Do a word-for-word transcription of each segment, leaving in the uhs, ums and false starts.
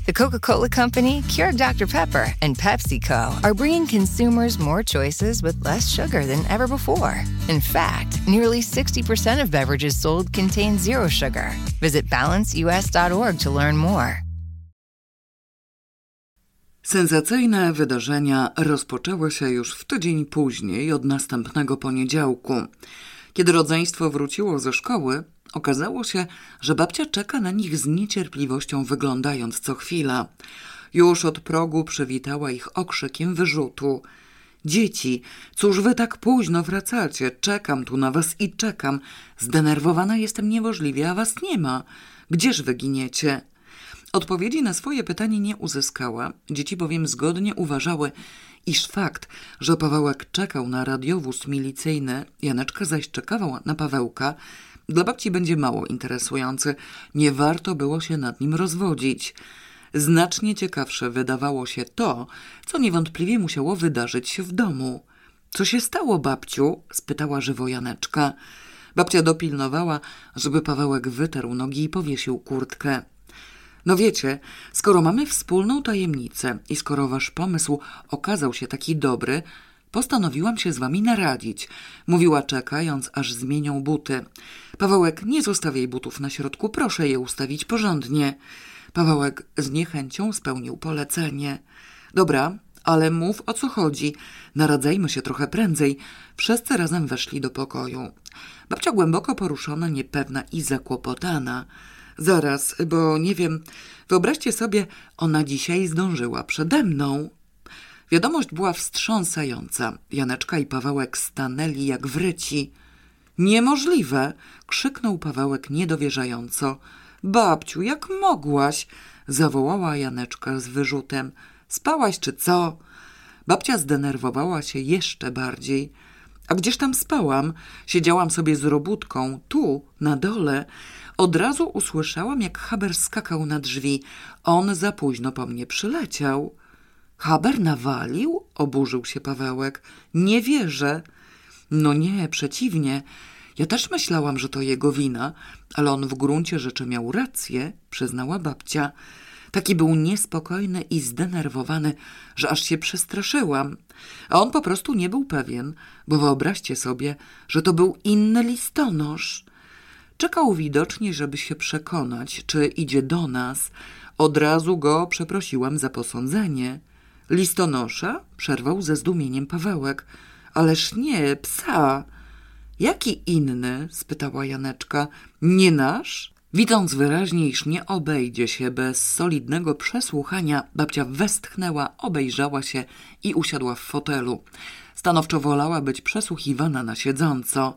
The Coca-Cola Company, Keurig Doctor Pepper, and PepsiCo are bringing consumers more choices with less sugar than ever before. In fact, nearly sixty percent of beverages sold contain zero sugar. Visit balance u s dot org to learn more. Sensacyjne wydarzenia rozpoczęły się już w tydzień później od następnego poniedziałku. Kiedy rodzeństwo wróciło ze szkoły, okazało się, że babcia czeka na nich z niecierpliwością, wyglądając co chwila. Już od progu przywitała ich okrzykiem wyrzutu. Dzieci, cóż wy tak późno wracacie? Czekam tu na was i czekam. Zdenerwowana jestem niemożliwie, a was nie ma. Gdzież wy giniecie? Odpowiedzi na swoje pytanie nie uzyskała. Dzieci bowiem zgodnie uważały, iż fakt, że Pawełek czekał na radiowóz milicyjny, Janeczka zaś czekała na Pawełka, dla babci będzie mało interesujący. Nie warto było się nad nim rozwodzić. Znacznie ciekawsze wydawało się to, co niewątpliwie musiało wydarzyć się w domu. Co się stało, babciu? Spytała żywo Janeczka. Babcia dopilnowała, żeby Pawełek wytarł nogi i powiesił kurtkę. No wiecie, skoro mamy wspólną tajemnicę i skoro wasz pomysł okazał się taki dobry, postanowiłam się z wami naradzić, mówiła czekając, aż zmienią buty. Pawełek, nie zostawiaj butów na środku, proszę je ustawić porządnie. Pawełek z niechęcią spełnił polecenie. Dobra, ale mów, o co chodzi. Naradzajmy się trochę prędzej. Wszyscy razem weszli do pokoju. Babcia głęboko poruszona, niepewna i zakłopotana. Zaraz, bo nie wiem, wyobraźcie sobie, ona dzisiaj zdążyła przede mną. Wiadomość była wstrząsająca. Janeczka i Pawełek stanęli jak wryci. Niemożliwe! Krzyknął Pawełek niedowierzająco. Babciu, jak mogłaś? Zawołała Janeczka z wyrzutem. Spałaś czy co? Babcia zdenerwowała się jeszcze bardziej. A gdzież tam spałam? Siedziałam sobie z robótką, tu, na dole. Od razu usłyszałam, jak Haber skakał na drzwi. On za późno po mnie przyleciał. Haber nawalił? Oburzył się Pawełek. Nie wierzę. No nie, przeciwnie. Ja też myślałam, że to jego wina, ale on w gruncie rzeczy miał rację, przyznała babcia. Taki był niespokojny i zdenerwowany, że aż się przestraszyłam. A on po prostu nie był pewien, bo wyobraźcie sobie, że to był inny listonosz. Czekał widocznie, żeby się przekonać, czy idzie do nas. Od razu go przeprosiłam za posądzenie. Listonosza? Przerwał ze zdumieniem Pawełek. Ależ nie, psa. Jaki inny? Spytała Janeczka. Nie nasz? Widząc wyraźnie, iż nie obejdzie się bez solidnego przesłuchania, babcia westchnęła, obejrzała się i usiadła w fotelu. Stanowczo wolała być przesłuchiwana na siedząco.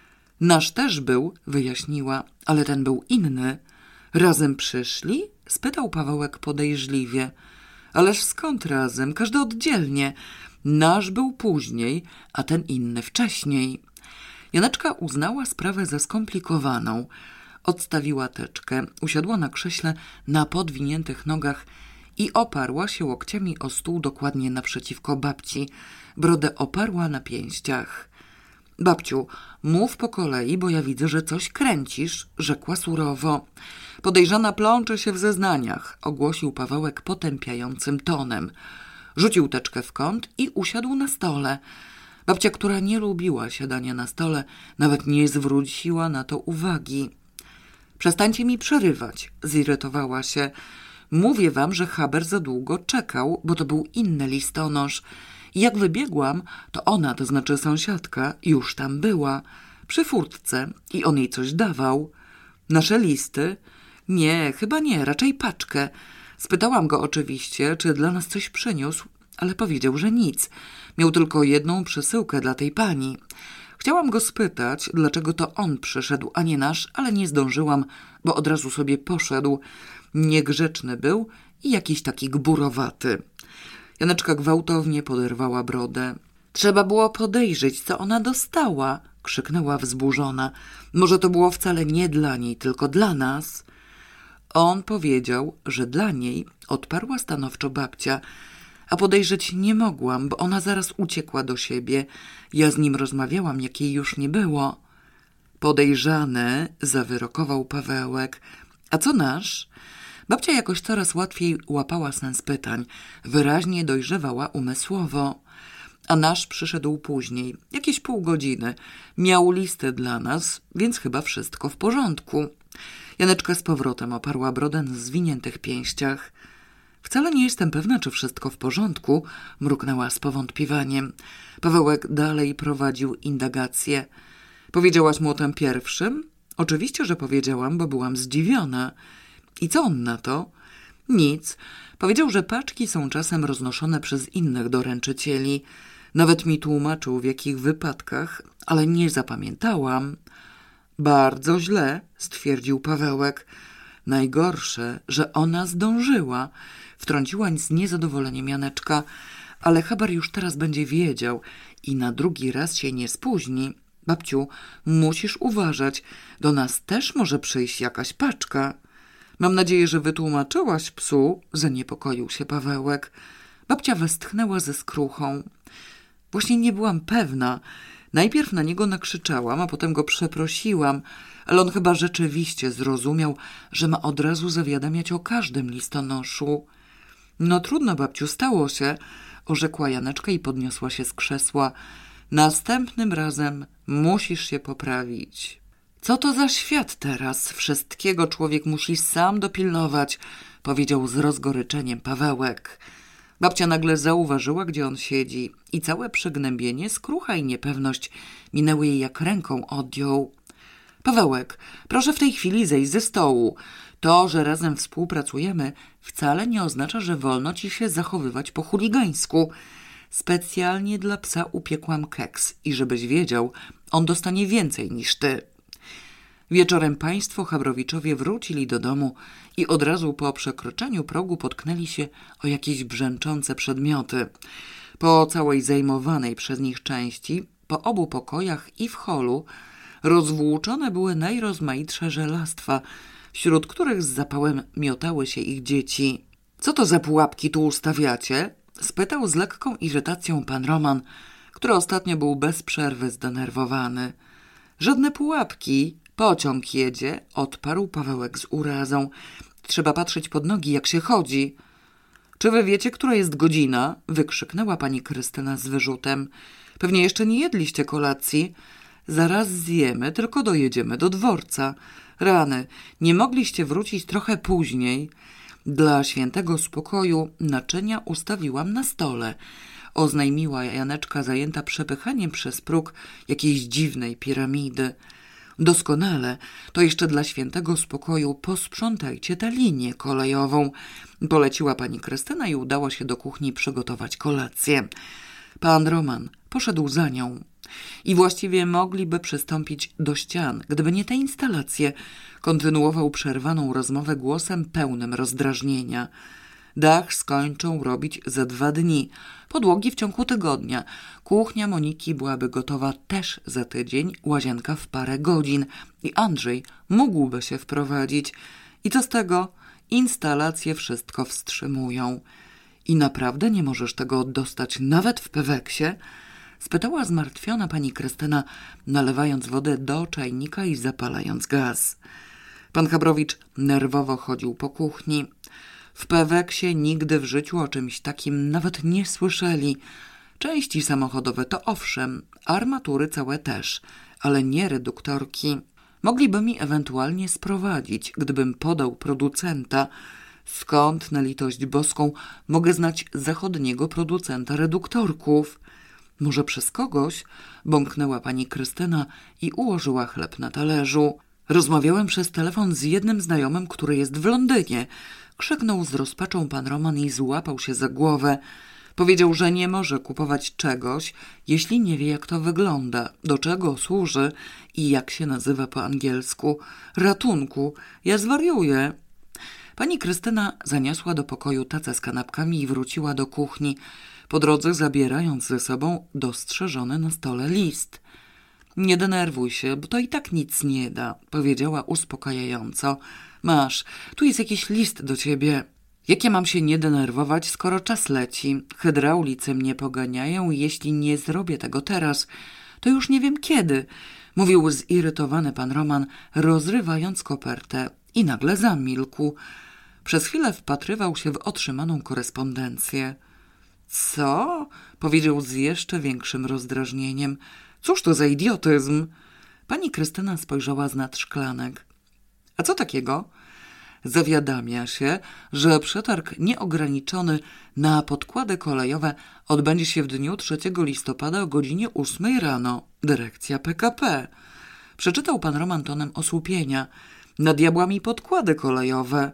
Nasz też był, wyjaśniła, ale ten był inny. Razem przyszli? Spytał Pawełek podejrzliwie. Ależ skąd razem? Każdy oddzielnie. Nasz był później, a ten inny wcześniej. Janeczka uznała sprawę za skomplikowaną. Odstawiła teczkę, usiadła na krześle na podwiniętych nogach i oparła się łokciami o stół dokładnie naprzeciwko babci. Brodę oparła na pięściach. Babciu, mów po kolei, bo ja widzę, że coś kręcisz, rzekła surowo. Podejrzana plącze się w zeznaniach, ogłosił Pawełek potępiającym tonem. Rzucił teczkę w kąt i usiadł na stole. Babcia, która nie lubiła siadania na stole, nawet nie zwróciła na to uwagi. Przestańcie mi przerywać, zirytowała się. Mówię wam, że Haber za długo czekał, bo to był inny listonosz. I jak wybiegłam, to ona, to znaczy sąsiadka, już tam była, przy furtce i on jej coś dawał. Nasze listy? Nie, chyba nie, raczej paczkę. Spytałam go oczywiście, czy dla nas coś przyniósł, ale powiedział, że nic. Miał tylko jedną przesyłkę dla tej pani. Chciałam go spytać, dlaczego to on przyszedł, a nie nasz, ale nie zdążyłam, bo od razu sobie poszedł. Niegrzeczny był i jakiś taki gburowaty. Janeczka gwałtownie poderwała brodę. Trzeba było podejrzeć, co ona dostała, krzyknęła wzburzona. Może to było wcale nie dla niej, tylko dla nas. On powiedział, że dla niej, odparła stanowczo babcia, a podejrzeć nie mogłam, bo ona zaraz uciekła do siebie. Ja z nim rozmawiałam, jak jej już nie było. Podejrzane, zawyrokował Pawełek. A co nasz? Babcia jakoś coraz łatwiej łapała sens pytań, wyraźnie dojrzewała umysłowo. A nasz przyszedł później, jakieś pół godziny. Miał listy dla nas, więc chyba wszystko w porządku. Janeczka z powrotem oparła brodę na zwiniętych pięściach. Wcale nie jestem pewna, czy wszystko w porządku, mruknęła z powątpiewaniem. Pawełek dalej prowadził indagację. Powiedziałaś mu o tym pierwszym? Oczywiście, że powiedziałam, bo byłam zdziwiona. I co on na to? Nic. Powiedział, że paczki są czasem roznoszone przez innych doręczycieli. Nawet mi tłumaczył, w jakich wypadkach, ale nie zapamiętałam. Bardzo źle, stwierdził Pawełek. Najgorsze, że ona zdążyła. Wtrąciła z niezadowoleniem Janeczka, ale Habar już teraz będzie wiedział i na drugi raz się nie spóźni. Babciu, musisz uważać, do nas też może przyjść jakaś paczka. Mam nadzieję, że wytłumaczyłaś psu, zaniepokoił się Pawełek. Babcia westchnęła ze skruchą. Właśnie nie byłam pewna. Najpierw na niego nakrzyczałam, a potem go przeprosiłam, ale on chyba rzeczywiście zrozumiał, że ma od razu zawiadamiać o każdym listonoszu. No trudno, babciu, stało się, orzekła Janeczka i podniosła się z krzesła. Następnym razem musisz się poprawić. Co to za świat teraz? Wszystkiego człowiek musi sam dopilnować, powiedział z rozgoryczeniem Pawełek. Babcia nagle zauważyła, gdzie on siedzi i całe przygnębienie, skrucha i niepewność minęły jej jak ręką odjął. Pawełek, proszę w tej chwili zejść ze stołu. To, że razem współpracujemy, wcale nie oznacza, że wolno ci się zachowywać po chuligańsku. Specjalnie dla psa upiekłam keks i żebyś wiedział, on dostanie więcej niż ty. Wieczorem państwo Chabrowiczowie wrócili do domu i od razu po przekroczeniu progu potknęli się o jakieś brzęczące przedmioty. Po całej zajmowanej przez nich części, po obu pokojach i w holu rozwłóczone były najrozmaitsze żelastwa, wśród których z zapałem miotały się ich dzieci. — Co to za pułapki tu ustawiacie? — spytał z lekką irytacją pan Roman, który ostatnio był bez przerwy zdenerwowany. — Żadne pułapki. Pociąg jedzie, odparł Pawełek z urazą. Trzeba patrzeć pod nogi, jak się chodzi. Czy wy wiecie, która jest godzina? Wykrzyknęła pani Krystyna z wyrzutem. Pewnie jeszcze nie jedliście kolacji. Zaraz zjemy, tylko dojedziemy do dworca. Rany, nie mogliście wrócić trochę później. Dla świętego spokoju naczynia ustawiłam na stole. Oznajmiła Janeczka, zajęta przepychaniem przez próg jakiejś dziwnej piramidy. Doskonale, to jeszcze dla świętego spokoju posprzątajcie tę linię kolejową. Poleciła pani Krystyna i udała się do kuchni przygotować kolację. Pan Roman poszedł za nią. I właściwie mogliby przystąpić do ścian, gdyby nie te instalacje. Kontynuował przerwaną rozmowę głosem pełnym rozdrażnienia. Dach skończą robić za dwa dni, podłogi w ciągu tygodnia. Kuchnia Moniki byłaby gotowa też za tydzień, łazienka w parę godzin i Andrzej mógłby się wprowadzić. I co z tego? Instalacje wszystko wstrzymują. I naprawdę nie możesz tego dostać nawet w Peweksie? Spytała zmartwiona pani Krystyna, nalewając wodę do czajnika i zapalając gaz. Pan Chabrowicz nerwowo chodził po kuchni. W Peweksie nigdy w życiu o czymś takim nawet nie słyszeli. Części samochodowe to owszem, armatury całe też, ale nie reduktorki. Mogliby mi ewentualnie sprowadzić, gdybym podał producenta. Skąd, na litość boską, mogę znać zachodniego producenta reduktorków? Może przez kogoś? Bąknęła pani Krystyna i ułożyła chleb na talerzu. Rozmawiałem przez telefon z jednym znajomym, który jest w Londynie. Krzyknął z rozpaczą pan Roman i złapał się za głowę. Powiedział, że nie może kupować czegoś, jeśli nie wie, jak to wygląda, do czego służy i jak się nazywa po angielsku. Ratunku, ja zwariuję. Pani Krystyna zaniosła do pokoju tacę z kanapkami i wróciła do kuchni, po drodze zabierając ze sobą dostrzeżony na stole list. Nie denerwuj się, bo to i tak nic nie da, powiedziała uspokajająco. Masz, tu jest jakiś list do ciebie. Jak ja mam się nie denerwować, skoro czas leci? Hydraulicy mnie poganiają i jeśli nie zrobię tego teraz, to już nie wiem kiedy, mówił zirytowany pan Roman, rozrywając kopertę i nagle zamilkł. Przez chwilę wpatrywał się w otrzymaną korespondencję. Co? Powiedział z jeszcze większym rozdrażnieniem. Cóż to za idiotyzm? Pani Krystyna spojrzała z nad szklanek. A co takiego? Zawiadamia się, że przetarg nieograniczony na podkłady kolejowe odbędzie się w dniu trzeciego listopada o godzinie ósmej rano. Dyrekcja P K P. Przeczytał pan Roman tonem osłupienia. Na diabłami podkłady kolejowe.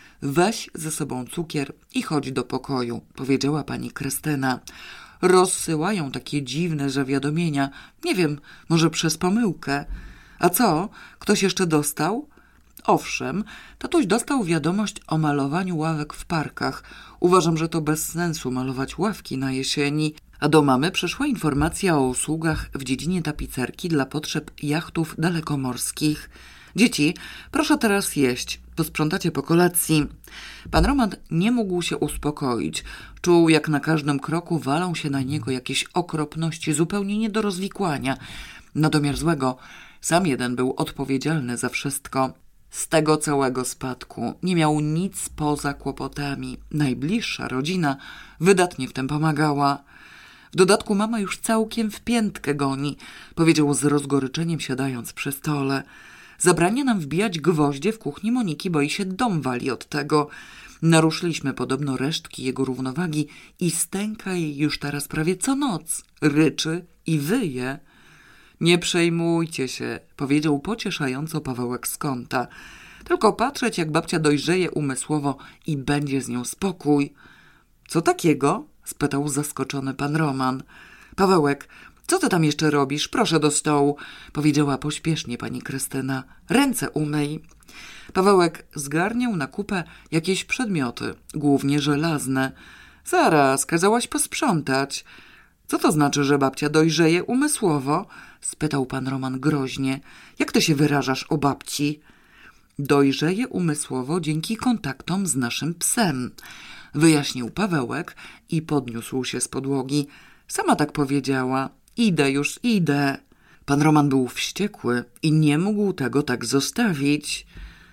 Weź ze sobą cukier i chodź do pokoju, powiedziała pani Krystyna. Rozsyłają takie dziwne zawiadomienia. Nie wiem, może przez pomyłkę. A co? Ktoś jeszcze dostał? Owszem, tatuś dostał wiadomość o malowaniu ławek w parkach. Uważam, że to bez sensu malować ławki na jesieni. A do mamy przyszła informacja o usługach w dziedzinie tapicerki dla potrzeb jachtów dalekomorskich. Dzieci, proszę teraz jeść. Posprzątacie po kolacji. Pan Roman nie mógł się uspokoić. Czuł, jak na każdym kroku walą się na niego jakieś okropności zupełnie nie do rozwikłania. Na domiar złego, sam jeden był odpowiedzialny za wszystko. Z tego całego spadku nie miał nic poza kłopotami. Najbliższa rodzina wydatnie w tym pomagała. W dodatku mama już całkiem w piętkę goni, powiedział z rozgoryczeniem, siadając przy stole. Zabrania nam wbijać gwoździe w kuchni Moniki, bo i się dom wali od tego. Naruszyliśmy podobno resztki jego równowagi i stęka jej już teraz prawie co noc. Ryczy i wyje. Nie przejmujcie się, powiedział pocieszająco Pawełek z kąta. Tylko patrzeć, jak babcia dojrzeje umysłowo i będzie z nią spokój. Co takiego? Spytał zaskoczony pan Roman. Pawełek, co ty tam jeszcze robisz? Proszę do stołu, powiedziała pośpiesznie pani Krystyna. Ręce umyj. Pawełek zgarniał na kupę jakieś przedmioty, głównie żelazne. Zaraz, kazałaś posprzątać. Co to znaczy, że babcia dojrzeje umysłowo? Spytał pan Roman groźnie. Jak ty się wyrażasz o babci? Dojrzeje umysłowo dzięki kontaktom z naszym psem, wyjaśnił Pawełek i podniósł się z podłogi. Sama tak powiedziała. Idę już, idę. Pan Roman był wściekły i nie mógł tego tak zostawić.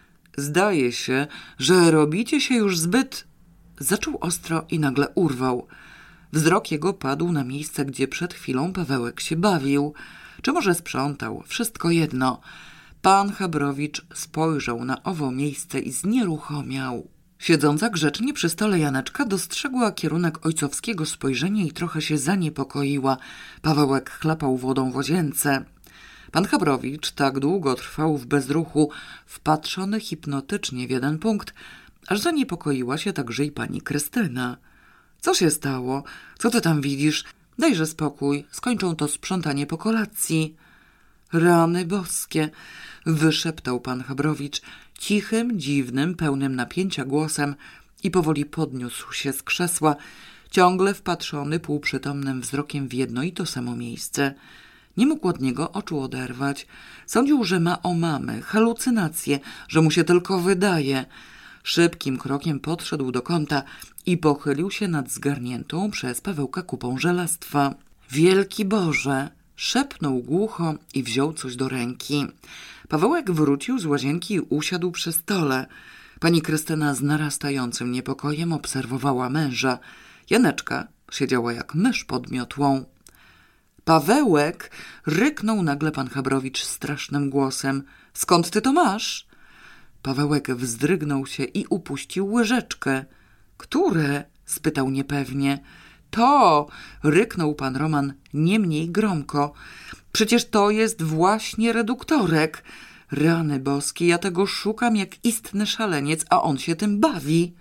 Zdaje się, że robicie się już zbyt... Zaczął ostro i nagle urwał. Wzrok jego padł na miejsce, gdzie przed chwilą Pawełek się bawił. Czy może sprzątał? Wszystko jedno. Pan Chabrowicz spojrzał na owo miejsce i znieruchomiał. Siedząca grzecznie przy stole Janeczka dostrzegła kierunek ojcowskiego spojrzenia i trochę się zaniepokoiła. Pawełek chlapał wodą w łazience. Pan Chabrowicz tak długo trwał w bezruchu, wpatrzony hipnotycznie w jeden punkt, aż zaniepokoiła się także i pani Krystyna. Co się stało? Co ty tam widzisz? Dajże spokój, skończą to sprzątanie po kolacji. Rany boskie, wyszeptał pan Chabrowicz cichym, dziwnym, pełnym napięcia głosem i powoli podniósł się z krzesła, ciągle wpatrzony półprzytomnym wzrokiem w jedno i to samo miejsce. Nie mógł od niego oczu oderwać. Sądził, że ma omamy, halucynacje, że mu się tylko wydaje. Szybkim krokiem podszedł do kąta i pochylił się nad zgarniętą przez Pawełka kupą żelastwa. Wielki Boże! Szepnął głucho i wziął coś do ręki. Pawełek wrócił z łazienki i usiadł przy stole. Pani Krystyna z narastającym niepokojem obserwowała męża. Janeczka siedziała jak mysz pod miotłą. Pawełek! Ryknął nagle pan Chabrowicz strasznym głosem. Skąd ty to masz? Pawełek wzdrygnął się i upuścił łyżeczkę. Które? Spytał niepewnie. To! Ryknął pan Roman nie mniej gromko. Przecież to jest właśnie reduktorek. Rany boskie, ja tego szukam jak istny szaleniec, a on się tym bawi.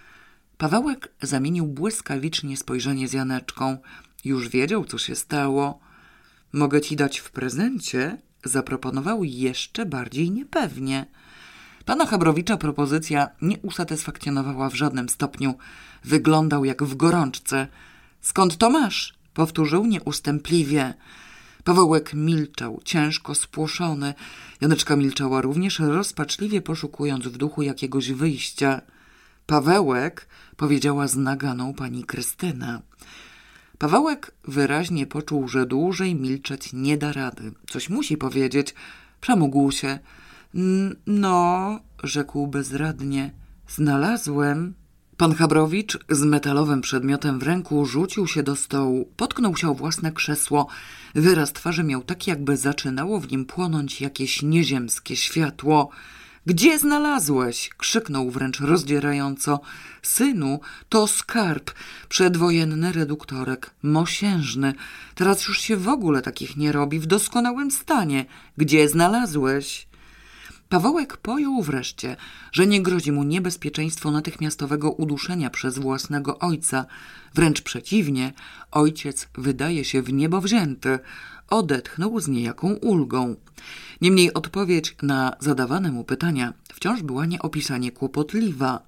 Pawełek zamienił błyskawicznie spojrzenie z Janeczką. Już wiedział, co się stało. Mogę ci dać w prezencie? Zaproponował jeszcze bardziej niepewnie. Pana Chabrowicza propozycja nie usatysfakcjonowała w żadnym stopniu. Wyglądał jak w gorączce. Skąd to masz? Powtórzył nieustępliwie. Pawełek milczał, ciężko spłoszony. Janeczka milczała również, rozpaczliwie poszukując w duchu jakiegoś wyjścia. Pawełek, powiedziała z naganą pani Krystyna. Pawełek wyraźnie poczuł, że dłużej milczeć nie da rady. Coś musi powiedzieć. Przemógł się. No, rzekł bezradnie. Znalazłem... Pan Chabrowicz z metalowym przedmiotem w ręku rzucił się do stołu, potknął się o własne krzesło. Wyraz twarzy miał taki, jakby zaczynało w nim płonąć jakieś nieziemskie światło. Gdzie znalazłeś? Krzyknął wręcz rozdzierająco. Synu, to skarb, przedwojenny reduktorek, mosiężny. Teraz już się w ogóle takich nie robi, w doskonałym stanie. Gdzie znalazłeś? Pawełek pojął wreszcie, że nie grozi mu niebezpieczeństwo natychmiastowego uduszenia przez własnego ojca. Wręcz przeciwnie, ojciec wydaje się w niebo wzięty. Odetchnął z niejaką ulgą. Niemniej odpowiedź na zadawane mu pytania wciąż była nieopisanie kłopotliwa.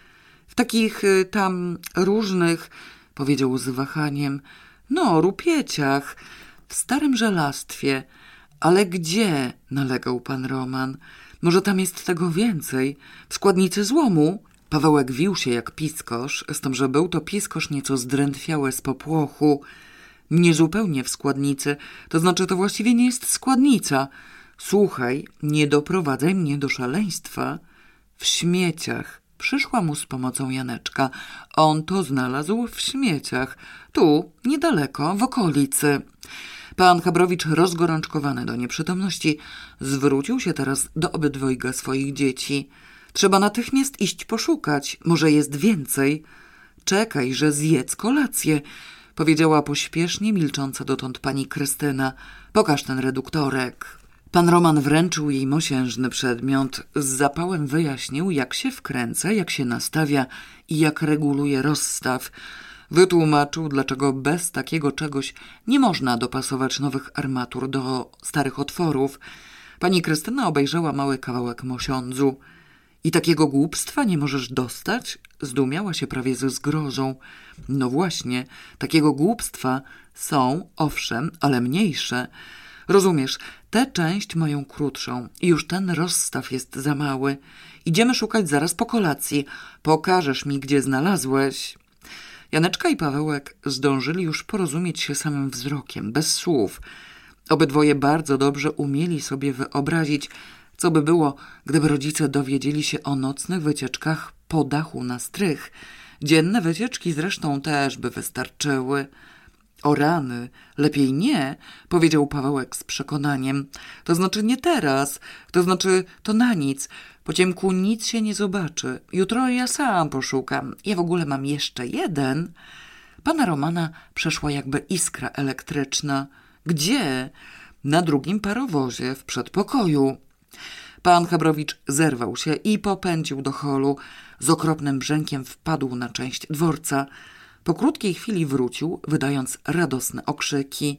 W takich tam różnych, powiedział z wahaniem, no, rupieciach, w starym żelastwie. Ale gdzie? Nalegał pan Roman. Może tam jest tego więcej? W składnicy złomu? Pawełek wił się jak piskosz, z tym, że był to piskosz nieco zdrętwiały z popłochu. Niezupełnie w składnicy, to znaczy to właściwie nie jest składnica. Słuchaj, nie doprowadzaj mnie do szaleństwa. W śmieciach. Przyszła mu z pomocą Janeczka. On to znalazł w śmieciach. Tu, niedaleko, w okolicy. Pan Chabrowicz, rozgorączkowany do nieprzytomności, zwrócił się teraz do obydwojga swoich dzieci. Trzeba natychmiast iść poszukać. Może jest więcej. Czekaj, że zjedz kolację, powiedziała pośpiesznie milcząca dotąd pani Krystyna. Pokaż ten reduktorek. Pan Roman wręczył jej mosiężny przedmiot. Z zapałem wyjaśnił, jak się wkręca, jak się nastawia i jak reguluje rozstaw. Wytłumaczył, dlaczego bez takiego czegoś nie można dopasować nowych armatur do starych otworów. Pani Krystyna obejrzała mały kawałek mosiądzu. I takiego głupstwa nie możesz dostać? Zdumiała się prawie ze zgrozą. No właśnie, takiego głupstwa są, owszem, ale mniejsze. Rozumiesz, tę część mają krótszą i już ten rozstaw jest za mały. Idziemy szukać zaraz po kolacji. Pokażesz mi, gdzie znalazłeś. Janeczka i Pawełek zdążyli już porozumieć się samym wzrokiem, bez słów. Obydwoje bardzo dobrze umieli sobie wyobrazić, co by było, gdyby rodzice dowiedzieli się o nocnych wycieczkach po dachu na strych. Dzienne wycieczki zresztą też by wystarczyły. O rany, lepiej nie, powiedział Pawełek z przekonaniem. To znaczy nie teraz, to znaczy to na nic. Po ciemku nic się nie zobaczy. Jutro ja sam poszukam. Ja w ogóle mam jeszcze jeden. Pana Romana przeszła jakby iskra elektryczna. Gdzie? Na drugim parowozie, w przedpokoju. Pan Chabrowicz zerwał się i popędził do holu. Z okropnym brzękiem wpadł na część dworca. Po krótkiej chwili wrócił, wydając radosne okrzyki.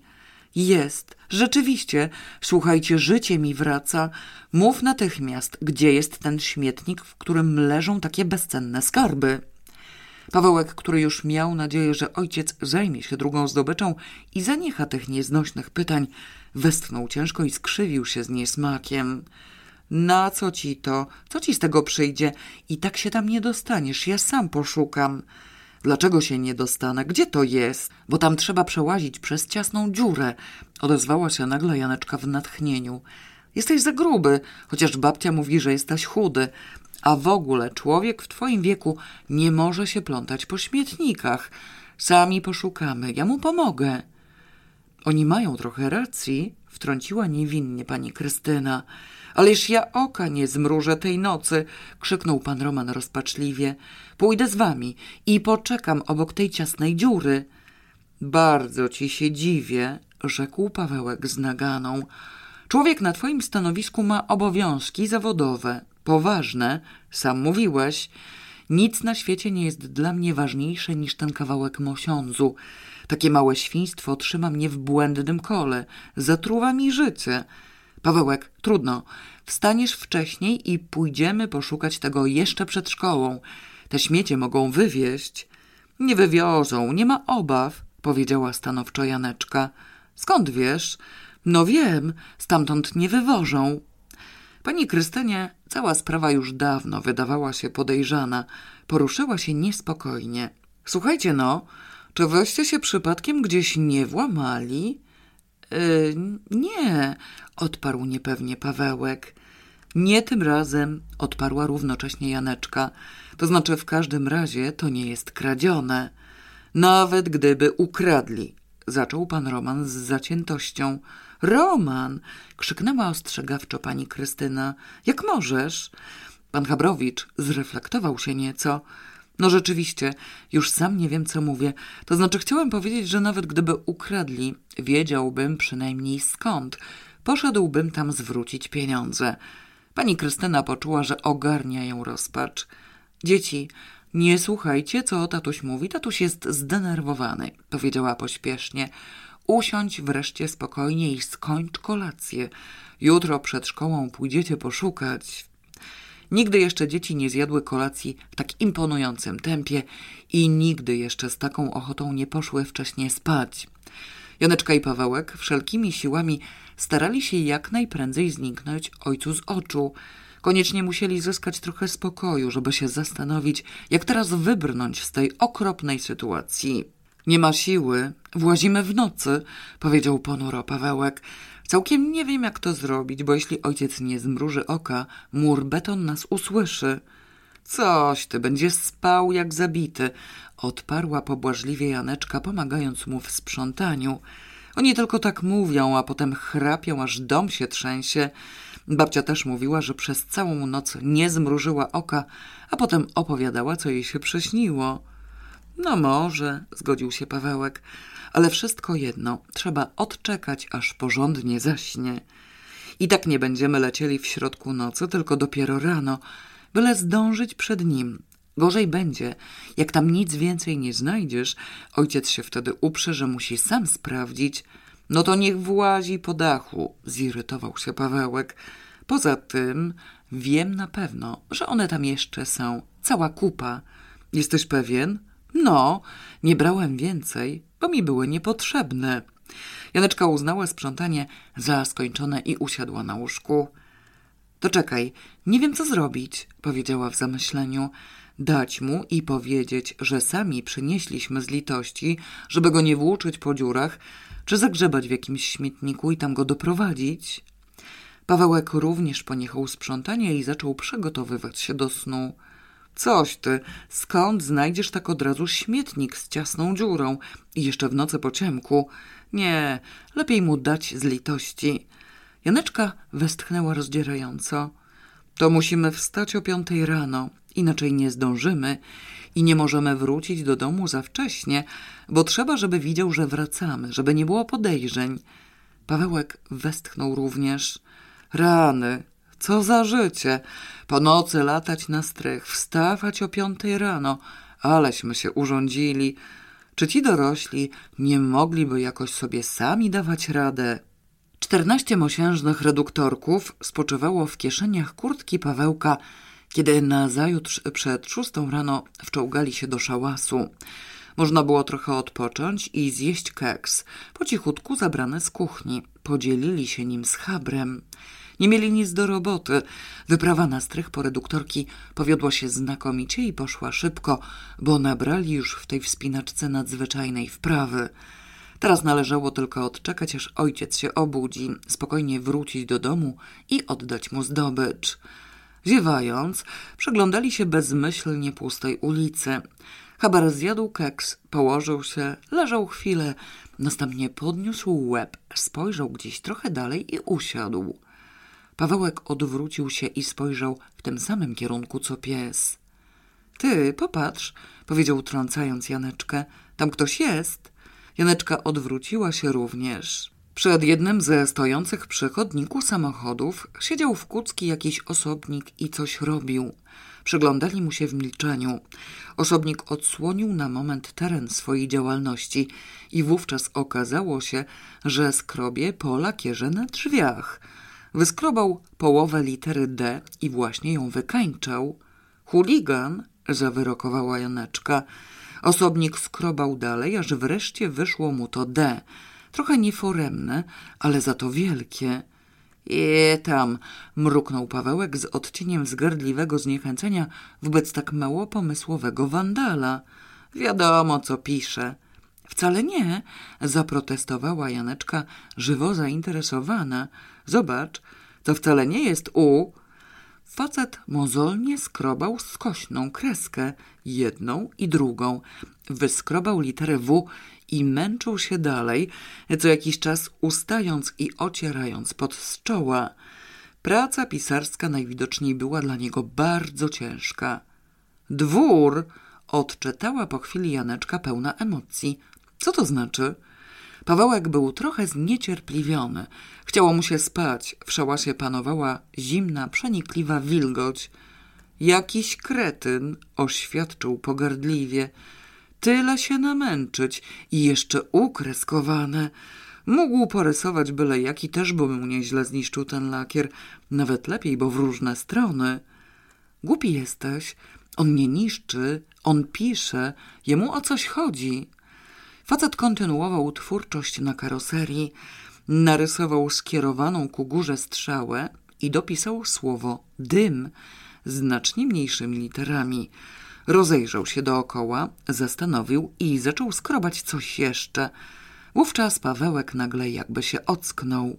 Jest, rzeczywiście, słuchajcie, życie mi wraca. Mów natychmiast, gdzie jest ten śmietnik, w którym leżą takie bezcenne skarby. Pawełek, który już miał nadzieję, że ojciec zajmie się drugą zdobyczą i zaniecha tych nieznośnych pytań, westchnął ciężko i skrzywił się z niesmakiem. Na co ci to? Co ci z tego przyjdzie? I tak się tam nie dostaniesz, ja sam poszukam. Dlaczego się nie dostanę? Gdzie to jest? Bo tam trzeba przełazić przez ciasną dziurę. Odezwała się nagle Janeczka w natchnieniu. Jesteś za gruby, chociaż babcia mówi, że jesteś chudy. A w ogóle człowiek w twoim wieku nie może się plątać po śmietnikach. Sami poszukamy, ja mu pomogę. Oni mają trochę racji, wtrąciła niewinnie pani Krystyna. Ależ ja oka nie zmrużę tej nocy, krzyknął pan Roman rozpaczliwie. Pójdę z wami i poczekam obok tej ciasnej dziury. Bardzo ci się dziwię, rzekł Pawełek z naganą. Człowiek na twoim stanowisku ma obowiązki zawodowe, poważne, sam mówiłeś. Nic na świecie nie jest dla mnie ważniejsze niż ten kawałek mosiądzu. Takie małe świństwo trzyma mnie w błędnym kole, zatruwa mi życie. Pawełek, trudno. Wstaniesz wcześniej i pójdziemy poszukać tego jeszcze przed szkołą. Te śmiecie mogą wywieźć. Nie wywiozą, nie ma obaw, powiedziała stanowczo Janeczka. Skąd wiesz? No wiem, stamtąd nie wywożą. Pani Krystynie cała sprawa już dawno wydawała się podejrzana. Poruszyła się niespokojnie. Słuchajcie no, czy wyście się przypadkiem gdzieś nie włamali? Yy, nie, odparł niepewnie Pawełek. Nie tym razem, odparła równocześnie Janeczka. To znaczy w każdym razie to nie jest kradzione. Nawet gdyby ukradli, zaczął pan Roman z zaciętością. Roman! Krzyknęła ostrzegawczo pani Krystyna. Jak możesz? Pan Chabrowicz zreflektował się nieco. No rzeczywiście, już sam nie wiem, co mówię. To znaczy chciałem powiedzieć, że nawet gdyby ukradli, wiedziałbym przynajmniej skąd. Poszedłbym tam zwrócić pieniądze. Pani Krystyna poczuła, że ogarnia ją rozpacz. Dzieci, nie słuchajcie, co tatuś mówi. Tatuś jest zdenerwowany, powiedziała pośpiesznie. Usiądź wreszcie spokojnie i skończ kolację. Jutro przed szkołą pójdziecie poszukać. Nigdy jeszcze dzieci nie zjadły kolacji w tak imponującym tempie i nigdy jeszcze z taką ochotą nie poszły wcześnie spać. Janeczka i Pawełek wszelkimi siłami starali się jak najprędzej zniknąć ojcu z oczu. Koniecznie musieli zyskać trochę spokoju, żeby się zastanowić, jak teraz wybrnąć z tej okropnej sytuacji. Nie ma siły, włazimy w nocy, powiedział ponuro Pawełek. Całkiem nie wiem, jak to zrobić, bo jeśli ojciec nie zmruży oka, mur beton nas usłyszy. Coś ty, będzie spał jak zabity, odparła pobłażliwie Janeczka, pomagając mu w sprzątaniu. Oni tylko tak mówią, a potem chrapią, aż dom się trzęsie. Babcia też mówiła, że przez całą noc nie zmrużyła oka, a potem opowiadała, co jej się przyśniło. No może, zgodził się Pawełek, ale wszystko jedno, trzeba odczekać, aż porządnie zaśnie. I tak nie będziemy lecieli w środku nocy, tylko dopiero rano, byle zdążyć przed nim. Gorzej będzie, jak tam nic więcej nie znajdziesz, ojciec się wtedy uprze, że musi sam sprawdzić. No to niech włazi po dachu, zirytował się Pawełek. Poza tym wiem na pewno, że one tam jeszcze są, cała kupa. Jesteś pewien? No, nie brałem więcej, bo mi były niepotrzebne. Janeczka uznała sprzątanie za skończone i usiadła na łóżku. To czekaj, nie wiem co zrobić, powiedziała w zamyśleniu. Dać mu i powiedzieć, że sami przynieśliśmy z litości, żeby go nie włóczyć po dziurach, czy zagrzebać w jakimś śmietniku i tam go doprowadzić. Pawełek również poniechał sprzątania i zaczął przygotowywać się do snu. Coś ty, skąd znajdziesz tak od razu śmietnik z ciasną dziurą i jeszcze w nocy po ciemku? Nie, lepiej mu dać z litości. Janeczka westchnęła rozdzierająco. To musimy wstać o piątej rano, inaczej nie zdążymy i nie możemy wrócić do domu za wcześnie, bo trzeba, żeby widział, że wracamy, żeby nie było podejrzeń. Pawełek westchnął również. Rany, co za życie! Po nocy latać na strych, wstawać o piątej rano, aleśmy się urządzili. Czy ci dorośli nie mogliby jakoś sobie sami dawać radę? Czternaście mosiężnych reduktorków spoczywało w kieszeniach kurtki Pawełka, kiedy nazajutrz przed szóstą rano wczołgali się do szałasu. Można było trochę odpocząć i zjeść keks, po cichutku zabrany z kuchni. Podzielili się nim z Chabrem. Nie mieli nic do roboty. Wyprawa na strych po reduktorki powiodła się znakomicie i poszła szybko, bo nabrali już w tej wspinaczce nadzwyczajnej wprawy. Teraz należało tylko odczekać, aż ojciec się obudzi, spokojnie wrócić do domu i oddać mu zdobycz. Ziewając, przeglądali się bezmyślnie pustej ulicy. Chabar zjadł keks, położył się, leżał chwilę, następnie podniósł łeb, spojrzał gdzieś trochę dalej i usiadł. Pawełek odwrócił się i spojrzał w tym samym kierunku, co pies. — Ty, popatrz — powiedział trącając Janeczkę. — Tam ktoś jest. Janeczka odwróciła się również. Przed jednym ze stojących przy chodniku samochodów siedział w kucki jakiś osobnik i coś robił. Przyglądali mu się w milczeniu. Osobnik odsłonił na moment teren swojej działalności i wówczas okazało się, że skrobie po lakierze na drzwiach. Wyskrobał połowę litery D i właśnie ją wykańczał. Chuligan, zawyrokowała Janeczka. Osobnik skrobał dalej, aż wreszcie wyszło mu to D. Trochę nieforemne, ale za to wielkie. Je tam, mruknął Pawełek z odcieniem wzgardliwego zniechęcenia wobec tak mało pomysłowego wandala. Wiadomo, co pisze. Wcale nie, zaprotestowała Janeczka, żywo zainteresowana. Zobacz, to wcale nie jest U. Facet mozolnie skrobał skośną kreskę, jedną i drugą. Wyskrobał literę W i męczył się dalej, co jakiś czas ustając i ocierając pot z czoła. Praca pisarska najwidoczniej była dla niego bardzo ciężka. Dwór! Odczytała po chwili Janeczka pełna emocji. Co to znaczy? Pawełek był trochę zniecierpliwiony. Chciało mu się spać. W szałasie panowała zimna, przenikliwa wilgoć. Jakiś kretyn, oświadczył pogardliwie. Tyle się namęczyć i jeszcze ukreskowane. Mógł porysować byle jaki, też by mu nieźle zniszczył ten lakier. Nawet lepiej, bo w różne strony. Głupi jesteś. On nie niszczy, on pisze. Jemu o coś chodzi. Facet kontynuował twórczość na karoserii. Narysował skierowaną ku górze strzałę i dopisał słowo dym znacznie mniejszymi literami. Rozejrzał się dookoła, zastanowił i zaczął skrobać coś jeszcze. Wówczas Pawełek nagle jakby się ocknął.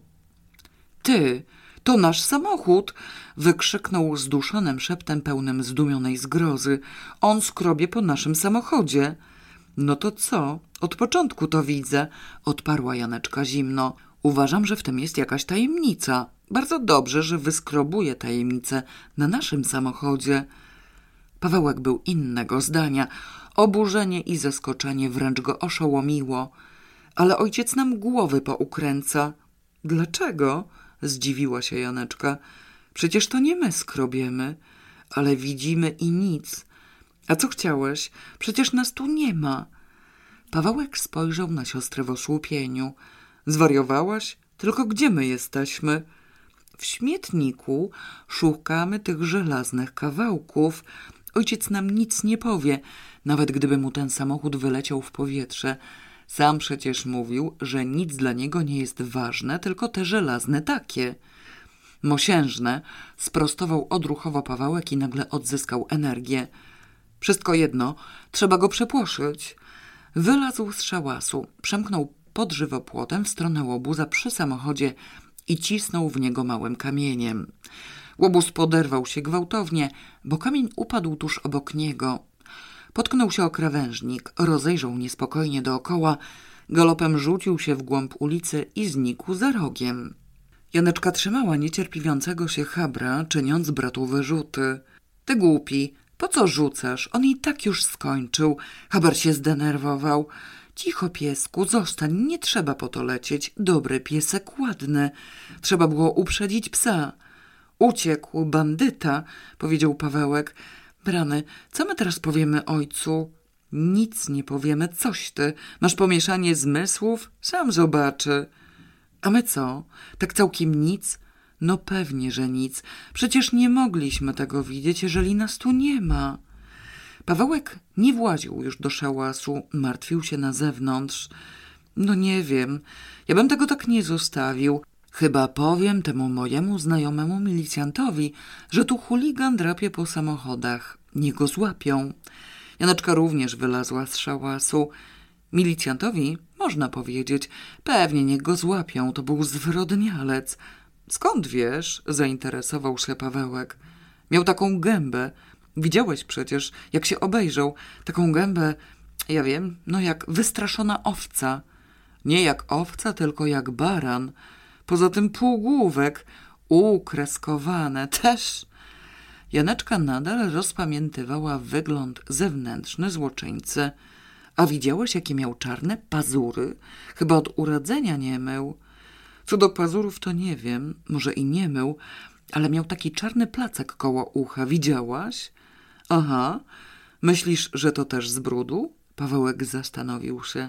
Ty, to nasz samochód! Wykrzyknął zduszonym szeptem pełnym zdumionej zgrozy. On skrobie po naszym samochodzie. No to co? Od początku to widzę, odparła Janeczka zimno. Uważam, że w tym jest jakaś tajemnica. Bardzo dobrze, że wyskrobuje tajemnicę na naszym samochodzie. Pawełek był innego zdania. Oburzenie i zaskoczenie wręcz go oszołomiło. Ale ojciec nam głowy poukręca. Dlaczego? Zdziwiła się Janeczka. Przecież to nie my skrobiemy, ale widzimy i nic. A co chciałeś? Przecież nas tu nie ma. Pawełek spojrzał na siostrę w osłupieniu. Zwariowałaś? Tylko gdzie my jesteśmy? W śmietniku szukamy tych żelaznych kawałków. Ojciec nam nic nie powie, nawet gdyby mu ten samochód wyleciał w powietrze. Sam przecież mówił, że nic dla niego nie jest ważne, tylko te żelazne takie. Mosiężne, sprostował odruchowo Pawełek i nagle odzyskał energię. Wszystko jedno, trzeba go przepłoszyć. Wylazł z szałasu, przemknął pod żywopłotem w stronę łobuza przy samochodzie i cisnął w niego małym kamieniem. Łobuz poderwał się gwałtownie, bo kamień upadł tuż obok niego. Potknął się o krawężnik, rozejrzał niespokojnie dookoła, galopem rzucił się w głąb ulicy i znikł za rogiem. Janeczka trzymała niecierpliwiącego się chabra, czyniąc bratu wyrzuty. Ty głupi, po co rzucasz? On i tak już skończył. Chabar się zdenerwował. Cicho, piesku, zostań, nie trzeba po to lecieć. Dobry piesek, ładny. Trzeba było uprzedzić psa. Uciekł, bandyta, powiedział Pawełek. Brany, co my teraz powiemy ojcu? Nic nie powiemy, coś ty. Masz pomieszanie zmysłów? Sam zobaczy. A my co? Tak całkiem nic? No pewnie, że nic. Przecież nie mogliśmy tego widzieć, jeżeli nas tu nie ma. Pawełek nie właził już do szałasu, martwił się na zewnątrz. No nie wiem, ja bym tego tak nie zostawił. Chyba powiem temu mojemu znajomemu milicjantowi, że tu chuligan drapie po samochodach. Niech go złapią. Janeczka również wylazła z szałasu. Milicjantowi można powiedzieć, pewnie niech go złapią, to był zwyrodnialec. Skąd wiesz? Zainteresował się Pawełek. Miał taką gębę. Widziałeś przecież, jak się obejrzał. Taką gębę, ja wiem, no jak wystraszona owca. Nie jak owca, tylko jak baran. Poza tym półgłówek, ukreskowane też. Janeczka nadal rozpamiętywała wygląd zewnętrzny złoczyńcy. A widziałeś, jakie miał czarne pazury? Chyba od urodzenia nie mył. Co do pazurów, to nie wiem, może i nie mył, ale miał taki czarny placek koło ucha. Widziałaś? Aha. Myślisz, że to też z brudu? Pawełek zastanowił się.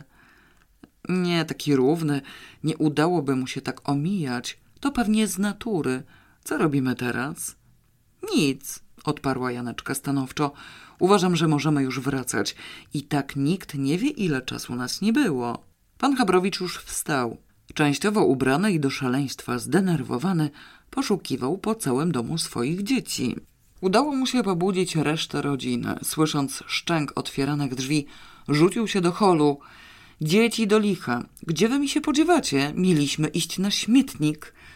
Nie, taki równy. Nie udałoby mu się tak omijać. To pewnie z natury. Co robimy teraz? Nic, odparła Janeczka stanowczo. Uważam, że możemy już wracać. I tak nikt nie wie, ile czasu nas nie było. Pan Chabrowicz już wstał. Częściowo ubrany i do szaleństwa zdenerwowany, poszukiwał po całym domu swoich dzieci. Udało mu się pobudzić resztę rodziny. Słysząc szczęk otwieranych drzwi, rzucił się do holu. Dzieci do licha. Gdzie wy mi się podziewacie? Mieliśmy iść na śmietnik.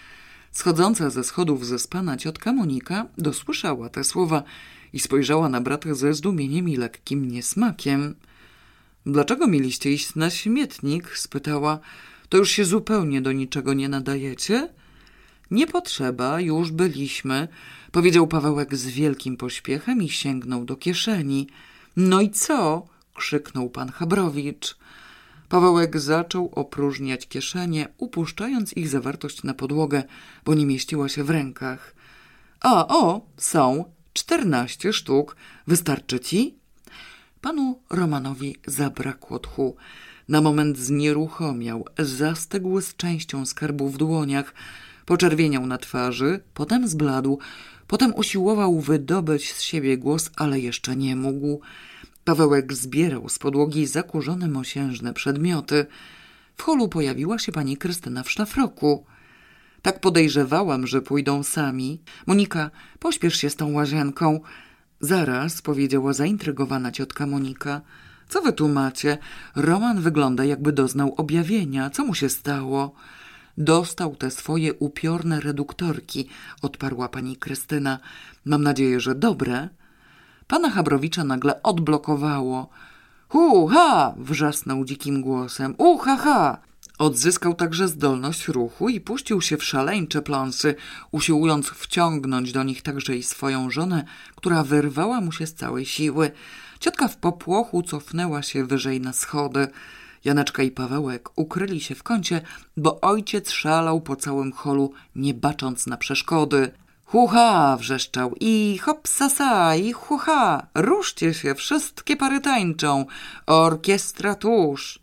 Schodząca ze schodów zespana ciotka Monika dosłyszała te słowa i spojrzała na brata ze zdumieniem i lekkim niesmakiem. Dlaczego mieliście iść na śmietnik? Spytała. To już się zupełnie do niczego nie nadajecie? Nie potrzeba, już byliśmy, powiedział Pawełek z wielkim pośpiechem i sięgnął do kieszeni. No i co? Krzyknął pan Chabrowicz. Pawełek zaczął opróżniać kieszenie, upuszczając ich zawartość na podłogę, bo nie mieściła się w rękach. A, o, są, czternaście sztuk. Wystarczy ci? Panu Romanowi zabrakło tchu. Na moment znieruchomiał, zastygł z częścią skarbu w dłoniach, poczerwieniał na twarzy, potem zbladł, potem usiłował wydobyć z siebie głos, ale jeszcze nie mógł. Pawełek zbierał z podłogi zakurzone mosiężne przedmioty. W holu pojawiła się pani Krystyna w szlafroku. Tak podejrzewałam, że pójdą sami. Monika, pośpiesz się z tą łazienką. Zaraz, powiedziała zaintrygowana ciotka Monika. Co wy tu macie? Roman wygląda, jakby doznał objawienia. Co mu się stało? Dostał te swoje upiorne reduktorki, odparła pani Krystyna. Mam nadzieję, że dobre. Pana Chabrowicza nagle odblokowało. Hu, ha! Wrzasnął dzikim głosem. U, ha, ha! Odzyskał także zdolność ruchu i puścił się w szaleńcze pląsy, usiłując wciągnąć do nich także i swoją żonę, która wyrwała mu się z całej siły. Ciotka w popłochu cofnęła się wyżej na schody. Janeczka i Pawełek ukryli się w kącie, bo ojciec szalał po całym holu, nie bacząc na przeszkody. Hucha! Wrzeszczał i hopsasa i hucha! Ruszcie się, wszystkie pary tańczą! Orkiestra tuż!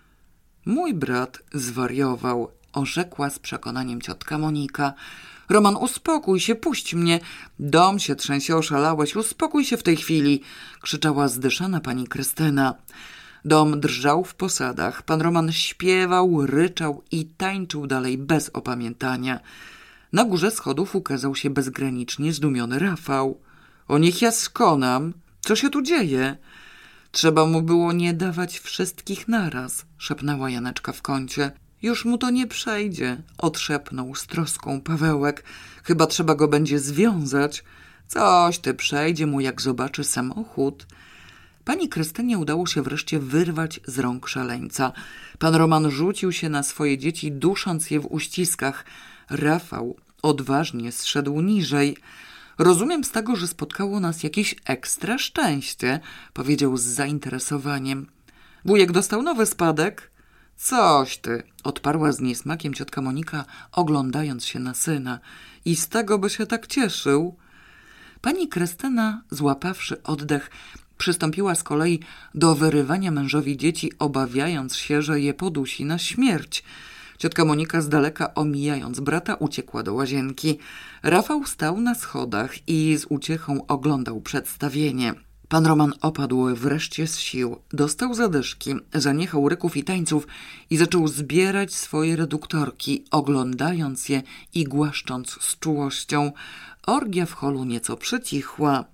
Mój brat zwariował, orzekła z przekonaniem ciotka Monika. Roman, uspokój się, puść mnie. Dom się trzęsie, oszalałeś, uspokój się w tej chwili, krzyczała zdyszana pani Krystyna. Dom drżał w posadach, pan Roman śpiewał, ryczał i tańczył dalej bez opamiętania. Na górze schodów ukazał się bezgranicznie zdumiony Rafał. O niech ja skonam, co się tu dzieje? Trzeba mu było nie dawać wszystkich naraz, szepnęła Janeczka w kącie. Już mu to nie przejdzie, odszepnął z troską Pawełek. Chyba trzeba go będzie związać. Coś ty, przejdzie mu, jak zobaczy samochód. Pani Krystynie udało się wreszcie wyrwać z rąk szaleńca. Pan Roman rzucił się na swoje dzieci, dusząc je w uściskach. Rafał odważnie zszedł niżej. Rozumiem z tego, że spotkało nas jakieś ekstra szczęście, powiedział z zainteresowaniem. Wujek dostał nowy spadek? Coś ty, odparła z niesmakiem ciotka Monika, oglądając się na syna. I z tego by się tak cieszył. Pani Krystyna, złapawszy oddech, przystąpiła z kolei do wyrywania mężowi dzieci, obawiając się, że je podusi na śmierć. Ciotka Monika z daleka, omijając brata, uciekła do łazienki. Rafał stał na schodach i z uciechą oglądał przedstawienie. Pan Roman opadł wreszcie z sił, dostał zadyszki, zaniechał ryków i tańców i zaczął zbierać swoje reduktorki, oglądając je i głaszcząc z czułością. Orgia w holu nieco przycichła.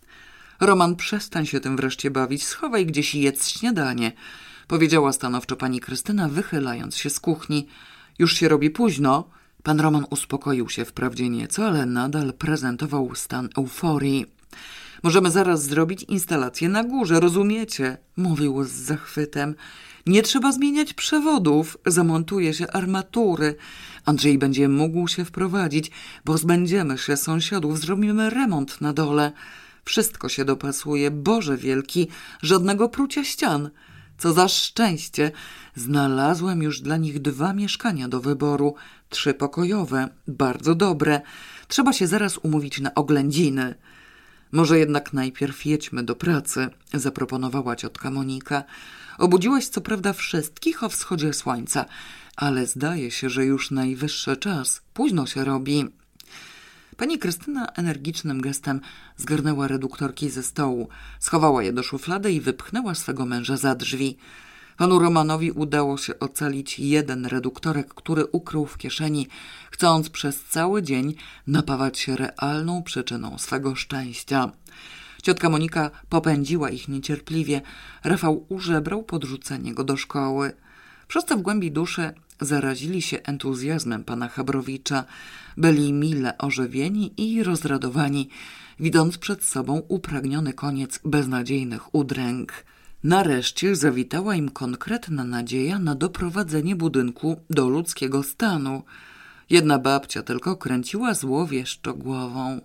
Roman, przestań się tym wreszcie bawić, schowaj gdzieś i jedz śniadanie, powiedziała stanowczo pani Krystyna, wychylając się z kuchni. Już się robi późno. Pan Roman uspokoił się wprawdzie nieco, ale nadal prezentował stan euforii. Możemy zaraz zrobić instalację na górze, rozumiecie? Mówił z zachwytem. Nie trzeba zmieniać przewodów, zamontuje się armatury. Andrzej będzie mógł się wprowadzić, pozbędziemy się sąsiadów, zrobimy remont na dole. Wszystko się dopasuje, Boże wielki, żadnego prucia ścian. Co za szczęście! Znalazłem już dla nich dwa mieszkania do wyboru, trzypokojowe, bardzo dobre. Trzeba się zaraz umówić na oględziny. Może jednak najpierw jedźmy do pracy, zaproponowała ciotka Monika. Obudziłaś co prawda wszystkich o wschodzie słońca, ale zdaje się, że już najwyższy czas, późno się robi. Pani Krystyna energicznym gestem zgarnęła reduktorki ze stołu, schowała je do szuflady i wypchnęła swego męża za drzwi. Panu Romanowi udało się ocalić jeden reduktorek, który ukrył w kieszeni, chcąc przez cały dzień napawać się realną przyczyną swego szczęścia. Ciotka Monika popędziła ich niecierpliwie. Rafał użebrał podrzucenie go do szkoły. Wszyscy w głębi duszy zarazili się entuzjazmem pana Chabrowicza. Byli mile ożywieni i rozradowani, widząc przed sobą upragniony koniec beznadziejnych udręk. Nareszcie zawitała im konkretna nadzieja na doprowadzenie budynku do ludzkiego stanu. Jedna babcia tylko kręciła złowieszczo głową.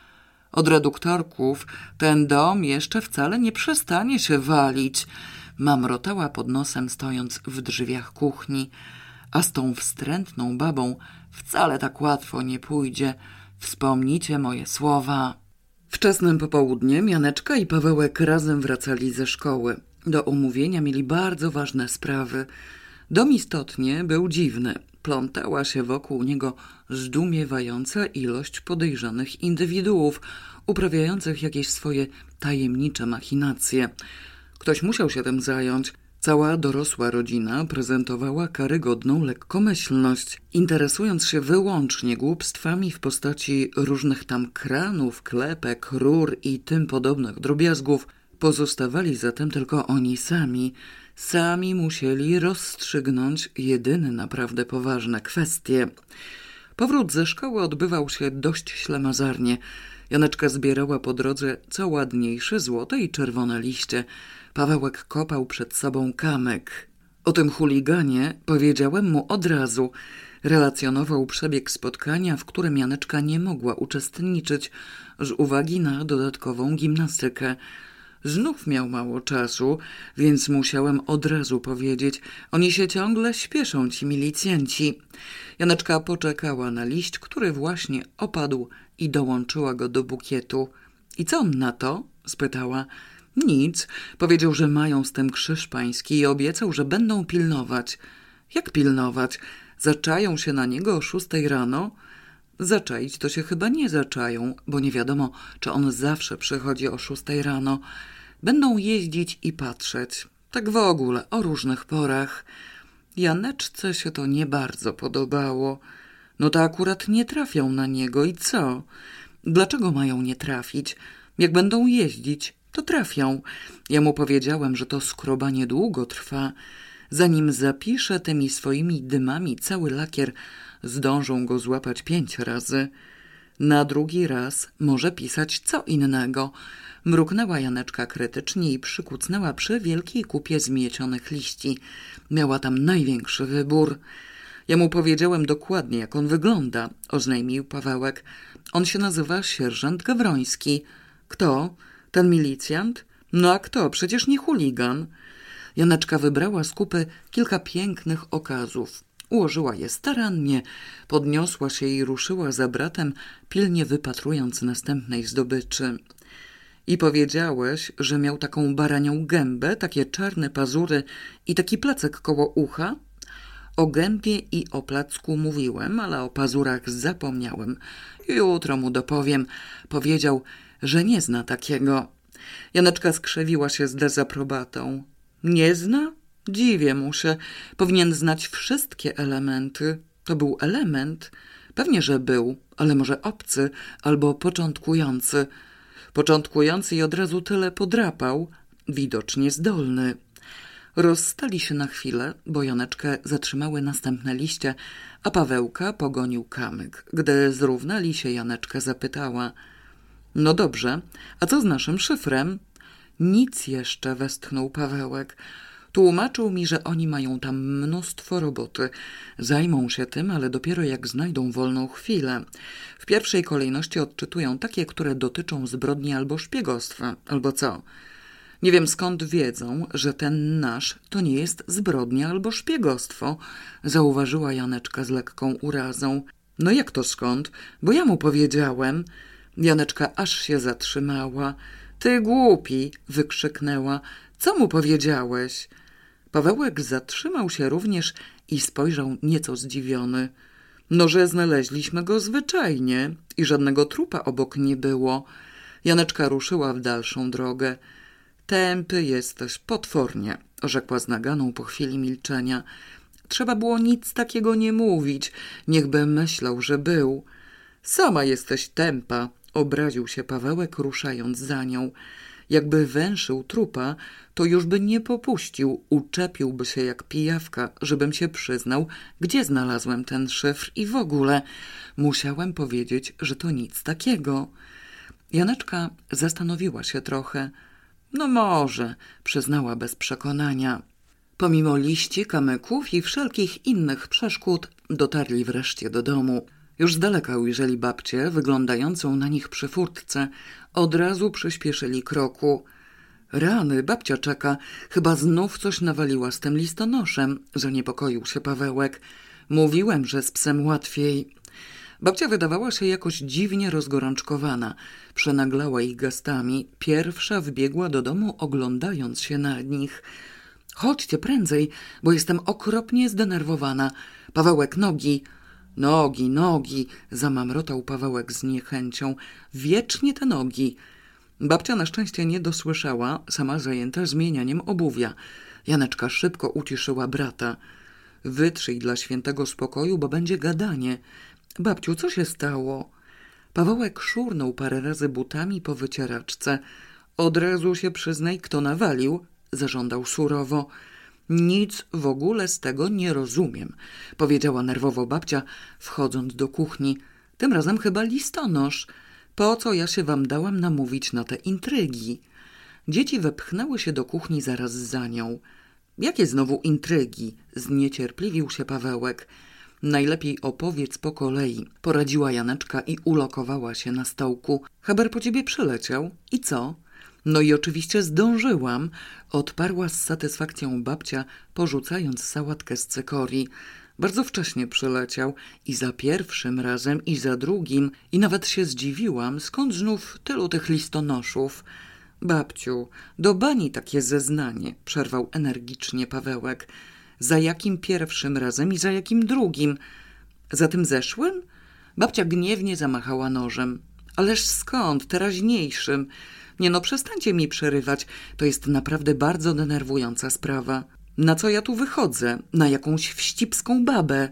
Od reduktorków ten dom jeszcze wcale nie przestanie się walić, mamrotała pod nosem, stojąc w drzwiach kuchni. A z tą wstrętną babą wcale tak łatwo nie pójdzie. Wspomnijcie moje słowa. Wczesnym popołudniem Janeczka i Pawełek razem wracali ze szkoły. Do omówienia mieli bardzo ważne sprawy. Dom istotnie był dziwny. Plątała się wokół niego zdumiewająca ilość podejrzanych indywiduów, uprawiających jakieś swoje tajemnicze machinacje. Ktoś musiał się tym zająć. Cała dorosła rodzina prezentowała karygodną lekkomyślność, interesując się wyłącznie głupstwami w postaci różnych tam kranów, klepek, rur i tym podobnych drobiazgów. Pozostawali zatem tylko oni sami. Sami musieli rozstrzygnąć jedyne naprawdę poważne kwestie. Powrót ze szkoły odbywał się dość ślamazarnie. Janeczka zbierała po drodze co ładniejsze złote i czerwone liście. Pawełek kopał przed sobą kamyk. O tym chuliganie powiedziałem mu od razu. Relacjonował przebieg spotkania, w którym Janeczka nie mogła uczestniczyć z uwagi na dodatkową gimnastykę. Znów miał mało czasu, więc musiałem od razu powiedzieć: oni się ciągle śpieszą, ci milicjanci. Janeczka poczekała na liść, który właśnie opadł, i dołączyła go do bukietu. I co on na to? Spytała. Nic. Powiedział, że mają z tym krzyż pański i obiecał, że będą pilnować. Jak pilnować? Zaczają się na niego o szóstej rano? Zaczaić to się chyba nie zaczają, bo nie wiadomo, czy on zawsze przychodzi o szóstej rano. Będą jeździć i patrzeć. Tak w ogóle, o różnych porach. Janeczce się to nie bardzo podobało. No to akurat nie trafią na niego i co? Dlaczego mają nie trafić? Jak będą jeździć, to trafią. Ja mu powiedziałem, że to skrobanie długo trwa. Zanim zapisze tymi swoimi dymami cały lakier, zdążą go złapać pięć razy. Na drugi raz może pisać co innego. Mruknęła Janeczka krytycznie i przykucnęła przy wielkiej kupie zmiecionych liści. Miała tam największy wybór. Ja mu powiedziałem dokładnie, jak on wygląda, oznajmił Pawełek. On się nazywa sierżant Gawroński. Kto? Ten milicjant? No a kto? Przecież nie chuligan. Janeczka wybrała z kupy kilka pięknych okazów. Ułożyła je starannie, podniosła się i ruszyła za bratem, pilnie wypatrując następnej zdobyczy. I powiedziałeś, że miał taką baranią gębę, takie czarne pazury i taki placek koło ucha? O gębie i o placku mówiłem, ale o pazurach zapomniałem. Jutro mu dopowiem. Powiedział, że nie zna takiego. Janeczka skrzywiła się z dezaprobatą. Nie zna? Dziwię mu się. Powinien znać wszystkie elementy. To był element. Pewnie, że był, ale może obcy albo początkujący. Początkujący i od razu tyle podrapał. Widocznie zdolny. Rozstali się na chwilę, bo Janeczkę zatrzymały następne liście, a Pawełka pogonił kamyk. Gdy zrównali się, Janeczka zapytała. No dobrze, a co z naszym szyfrem? Nic jeszcze, westchnął Pawełek. Tłumaczył mi, że oni mają tam mnóstwo roboty. Zajmą się tym, ale dopiero jak znajdą wolną chwilę. W pierwszej kolejności odczytują takie, które dotyczą zbrodni albo szpiegostwa. Albo co? Nie wiem, skąd wiedzą, że ten nasz to nie jest zbrodnia albo szpiegostwo, zauważyła Janeczka z lekką urazą. No jak to skąd? Bo ja mu powiedziałem. Janeczka aż się zatrzymała. Ty głupi, wykrzyknęła. Co mu powiedziałeś? Pawełek zatrzymał się również i spojrzał nieco zdziwiony. No, że znaleźliśmy go zwyczajnie i żadnego trupa obok nie było. Janeczka ruszyła w dalszą drogę. Tępy jesteś, potwornie, rzekła z naganą po chwili milczenia. Trzeba było nic takiego nie mówić, niechby myślał, że był. Sama jesteś tępa, obraził się Pawełek, ruszając za nią. Jakby węszył trupa, to już by nie popuścił, uczepiłby się jak pijawka, żebym się przyznał, gdzie znalazłem ten szyfr i w ogóle. Musiałem powiedzieć, że to nic takiego. Janeczka zastanowiła się trochę. No może, przyznała bez przekonania. Pomimo liści, kamyków i wszelkich innych przeszkód dotarli wreszcie do domu. Już z daleka ujrzeli babcię, wyglądającą na nich przy furtce. Od razu przyspieszyli kroku. Rany, babcia czeka. Chyba znów coś nawaliła z tym listonoszem, zaniepokoił się Pawełek. Mówiłem, że z psem łatwiej. Babcia wydawała się jakoś dziwnie rozgorączkowana. Przenaglała ich gestami. Pierwsza wbiegła do domu, oglądając się na nich. Chodźcie prędzej, bo jestem okropnie zdenerwowana. Pawełek, nogi. Nogi, nogi, zamamrotał Pawełek z niechęcią. Wiecznie te nogi. Babcia na szczęście nie dosłyszała, sama zajęta zmienianiem obuwia. Janeczka szybko uciszyła brata. Wytrzyj dla świętego spokoju, bo będzie gadanie. Babciu, co się stało? Pawełek szurnął parę razy butami po wycieraczce. Od razu się przyznaj, kto nawalił, zażądał surowo. Nic w ogóle z tego nie rozumiem, powiedziała nerwowo babcia, wchodząc do kuchni. Tym razem chyba listonosz. Po co ja się wam dałam namówić na te intrygi? Dzieci wepchnęły się do kuchni zaraz za nią. Jakie znowu intrygi? Zniecierpliwił się Pawełek. Najlepiej opowiedz po kolei, poradziła Janeczka i ulokowała się na stołku. Haber po ciebie przyleciał. I co? No i oczywiście zdążyłam, odparła z satysfakcją babcia, porzucając sałatkę z cykorii. Bardzo wcześnie przyleciał i za pierwszym razem, i za drugim, i nawet się zdziwiłam, skąd znów tylu tych listonoszów. Babciu, do bani takie zeznanie, przerwał energicznie Pawełek. Za jakim pierwszym razem i za jakim drugim? Za tym zeszłym? Babcia gniewnie zamachała nożem. Ależ skąd, teraźniejszym? Nie no, przestańcie mi przerywać, to jest naprawdę bardzo denerwująca sprawa. Na co ja tu wychodzę? Na jakąś wścibską babę?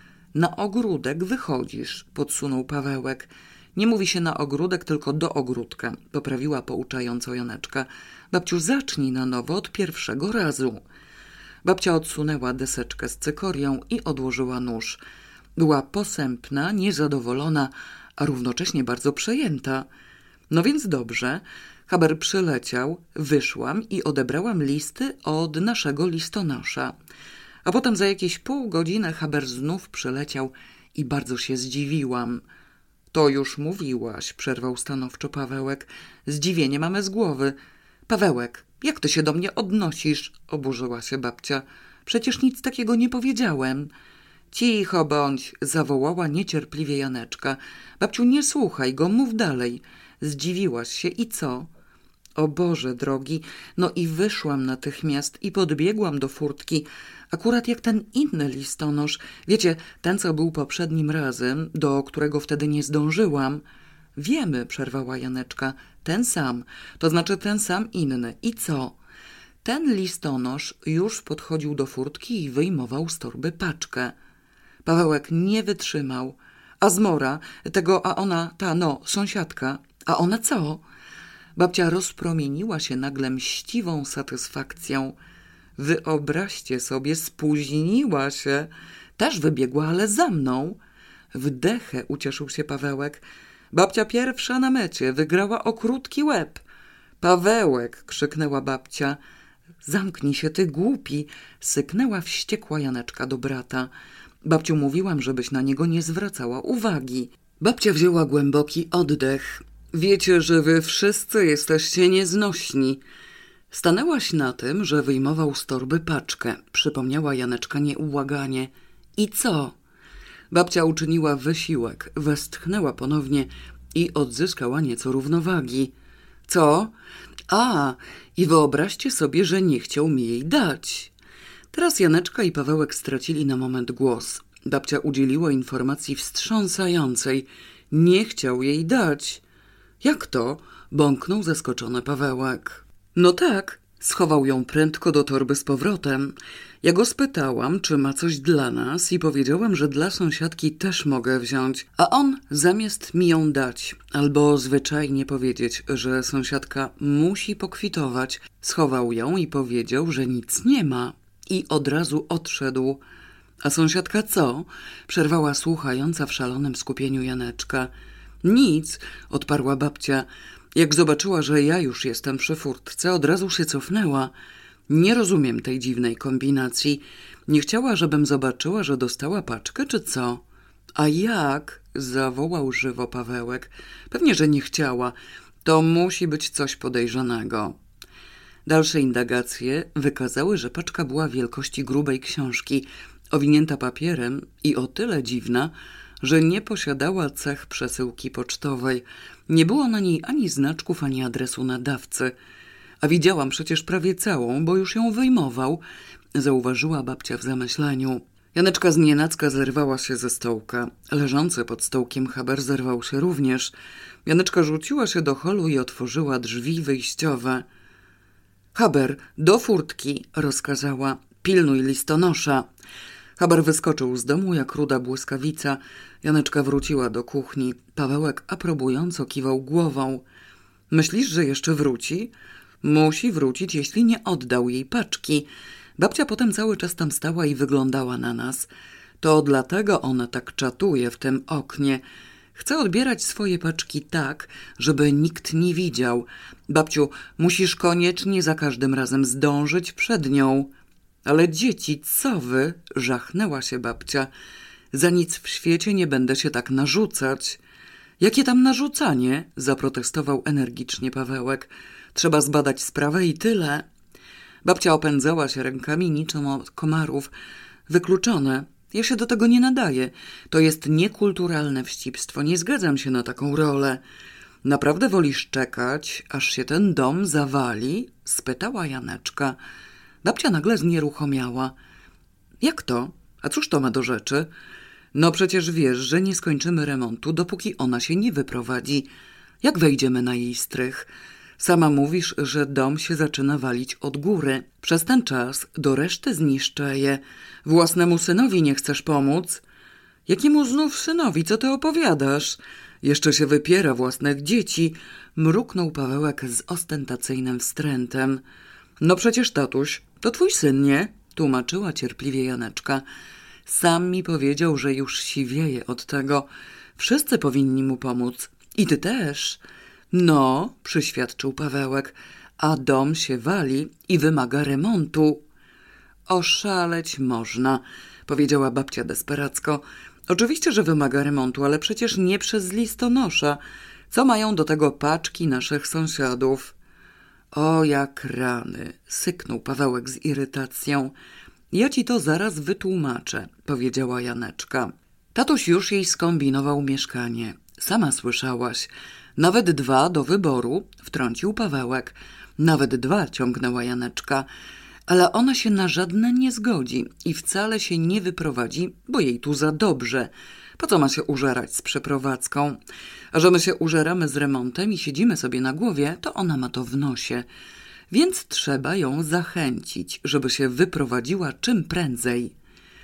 Na ogródek wychodzisz, podsunął Pawełek. Nie mówi się na ogródek, tylko do ogródka, poprawiła pouczająco Janeczka. Babciu, zacznij na nowo od pierwszego razu. Babcia odsunęła deseczkę z cykorią i odłożyła nóż. Była posępna, niezadowolona, a równocześnie bardzo przejęta. No więc dobrze, Haber przyleciał, wyszłam i odebrałam listy od naszego listonosza. A potem za jakieś pół godziny Haber znów przyleciał i bardzo się zdziwiłam. To już mówiłaś, przerwał stanowczo Pawełek. Zdziwienie mamy z głowy. Pawełek, jak ty się do mnie odnosisz? Oburzyła się babcia. Przecież nic takiego nie powiedziałem. Cicho bądź, zawołała niecierpliwie Janeczka. Babciu, nie słuchaj go, mów dalej. Zdziwiłaś się i co? O Boże drogi, no i wyszłam natychmiast i podbiegłam do furtki, akurat jak ten inny listonosz, wiecie, ten co był poprzednim razem, do którego wtedy nie zdążyłam. Wiemy, przerwała Janeczka, ten sam, to znaczy ten sam inny. I co? Ten listonosz już podchodził do furtki i wyjmował z torby paczkę. Pawełek nie wytrzymał. A zmora, tego, a ona, ta, no, sąsiadka, a ona co? Babcia rozpromieniła się nagle mściwą satysfakcją. Wyobraźcie sobie, spóźniła się. Też wybiegła, ale za mną. Wdechę, ucieszył się Pawełek. Babcia pierwsza na mecie, wygrała o krótki łeb. Pawełek, krzyknęła babcia. Zamknij się, ty głupi, syknęła wściekła Janeczka do brata. Babciu, mówiłam, żebyś na niego nie zwracała uwagi. Babcia wzięła głęboki oddech. Wiecie, że wy wszyscy jesteście nieznośni. Stanęłaś na tym, że wyjmował z torby paczkę, przypomniała Janeczka nieubłaganie. I co? Babcia uczyniła wysiłek, westchnęła ponownie i odzyskała nieco równowagi. Co? A, i wyobraźcie sobie, że nie chciał mi jej dać. Teraz Janeczka i Pawełek stracili na moment głos. Babcia udzieliła informacji wstrząsającej. Nie chciał jej dać. Jak to? Bąknął zaskoczony Pawełek. No tak, Schował ją prędko do torby z powrotem. Ja go spytałam, czy ma coś dla nas i powiedziałam, że dla sąsiadki też mogę wziąć, a on zamiast mi ją dać albo zwyczajnie powiedzieć, że sąsiadka musi pokwitować, schował ją i powiedział, że nic nie ma i od razu odszedł. A sąsiadka co? Przerwała słuchająca w szalonym skupieniu Janeczka. Nic, odparła babcia. Jak zobaczyła, że ja już jestem przy furtce, od razu się cofnęła. Nie rozumiem tej dziwnej kombinacji. Nie chciała, żebym zobaczyła, że dostała paczkę, czy co? A jak? Zawołał żywo Pawełek. Pewnie, że nie chciała. To musi być coś podejrzanego. Dalsze indagacje wykazały, że paczka była wielkości grubej książki, owinięta papierem i o tyle dziwna, że nie posiadała cech przesyłki pocztowej. Nie było na niej ani znaczków, ani adresu nadawcy. A widziałam przecież prawie całą, bo już ją wyjmował, zauważyła babcia w zamyśleniu. Janeczka znienacka zerwała się ze stołka. Leżący pod stołkiem Haber zerwał się również. Janeczka rzuciła się do holu i otworzyła drzwi wyjściowe. Haber, do furtki, rozkazała. Pilnuj listonosza. Haber wyskoczył z domu jak ruda błyskawica. Janeczka wróciła do kuchni. Pawełek aprobująco kiwał głową. Myślisz, że jeszcze wróci? Musi wrócić, jeśli nie oddał jej paczki. Babcia potem cały czas tam stała i wyglądała na nas. To dlatego ona tak czatuje w tym oknie. Chce odbierać swoje paczki tak, żeby nikt nie widział. Babciu, musisz koniecznie za każdym razem zdążyć przed nią. Ale dzieci, co wy? Żachnęła się babcia. Za nic w świecie nie będę się tak narzucać. Jakie tam narzucanie? Zaprotestował energicznie Pawełek. Trzeba zbadać sprawę i tyle. Babcia opędzała się rękami niczym od komarów. Wykluczone. Ja się do tego nie nadaję. To jest niekulturalne wścibstwo. Nie zgadzam się na taką rolę. Naprawdę wolisz czekać, aż się ten dom zawali? Spytała Janeczka. Babcia nagle znieruchomiała. Jak to? A cóż to ma do rzeczy? No przecież wiesz, że nie skończymy remontu, dopóki ona się nie wyprowadzi. Jak wejdziemy na jej strych? Sama mówisz, że dom się zaczyna walić od góry. Przez ten czas do reszty zniszczę je. Własnemu synowi nie chcesz pomóc? Jakiemu znów synowi? Co ty opowiadasz? Jeszcze się wypiera własnych dzieci. Mruknął Pawełek z ostentacyjnym wstrętem. No przecież tatuś, to twój syn, nie? Tłumaczyła cierpliwie Janeczka. Sam mi powiedział, że już siwieje od tego. Wszyscy powinni mu pomóc. I ty też. No, przyświadczył Pawełek, a dom się wali i wymaga remontu. Oszaleć można, powiedziała babcia desperacko. Oczywiście, że wymaga remontu, ale przecież nie przez listonosza. Co mają do tego paczki naszych sąsiadów? O, jak rany, syknął Pawełek z irytacją. Ja ci to zaraz wytłumaczę, powiedziała Janeczka. Tatuś już jej skombinował mieszkanie. Sama słyszałaś. Nawet dwa do wyboru, wtrącił Pawełek. Nawet dwa, ciągnęła Janeczka. Ale ona się na żadne nie zgodzi i wcale się nie wyprowadzi, bo jej tu za dobrze. Po co ma się użerać z przeprowadzką? A że my się użeramy z remontem i siedzimy sobie na głowie, to ona ma to w nosie. Więc trzeba ją zachęcić, żeby się wyprowadziła czym prędzej.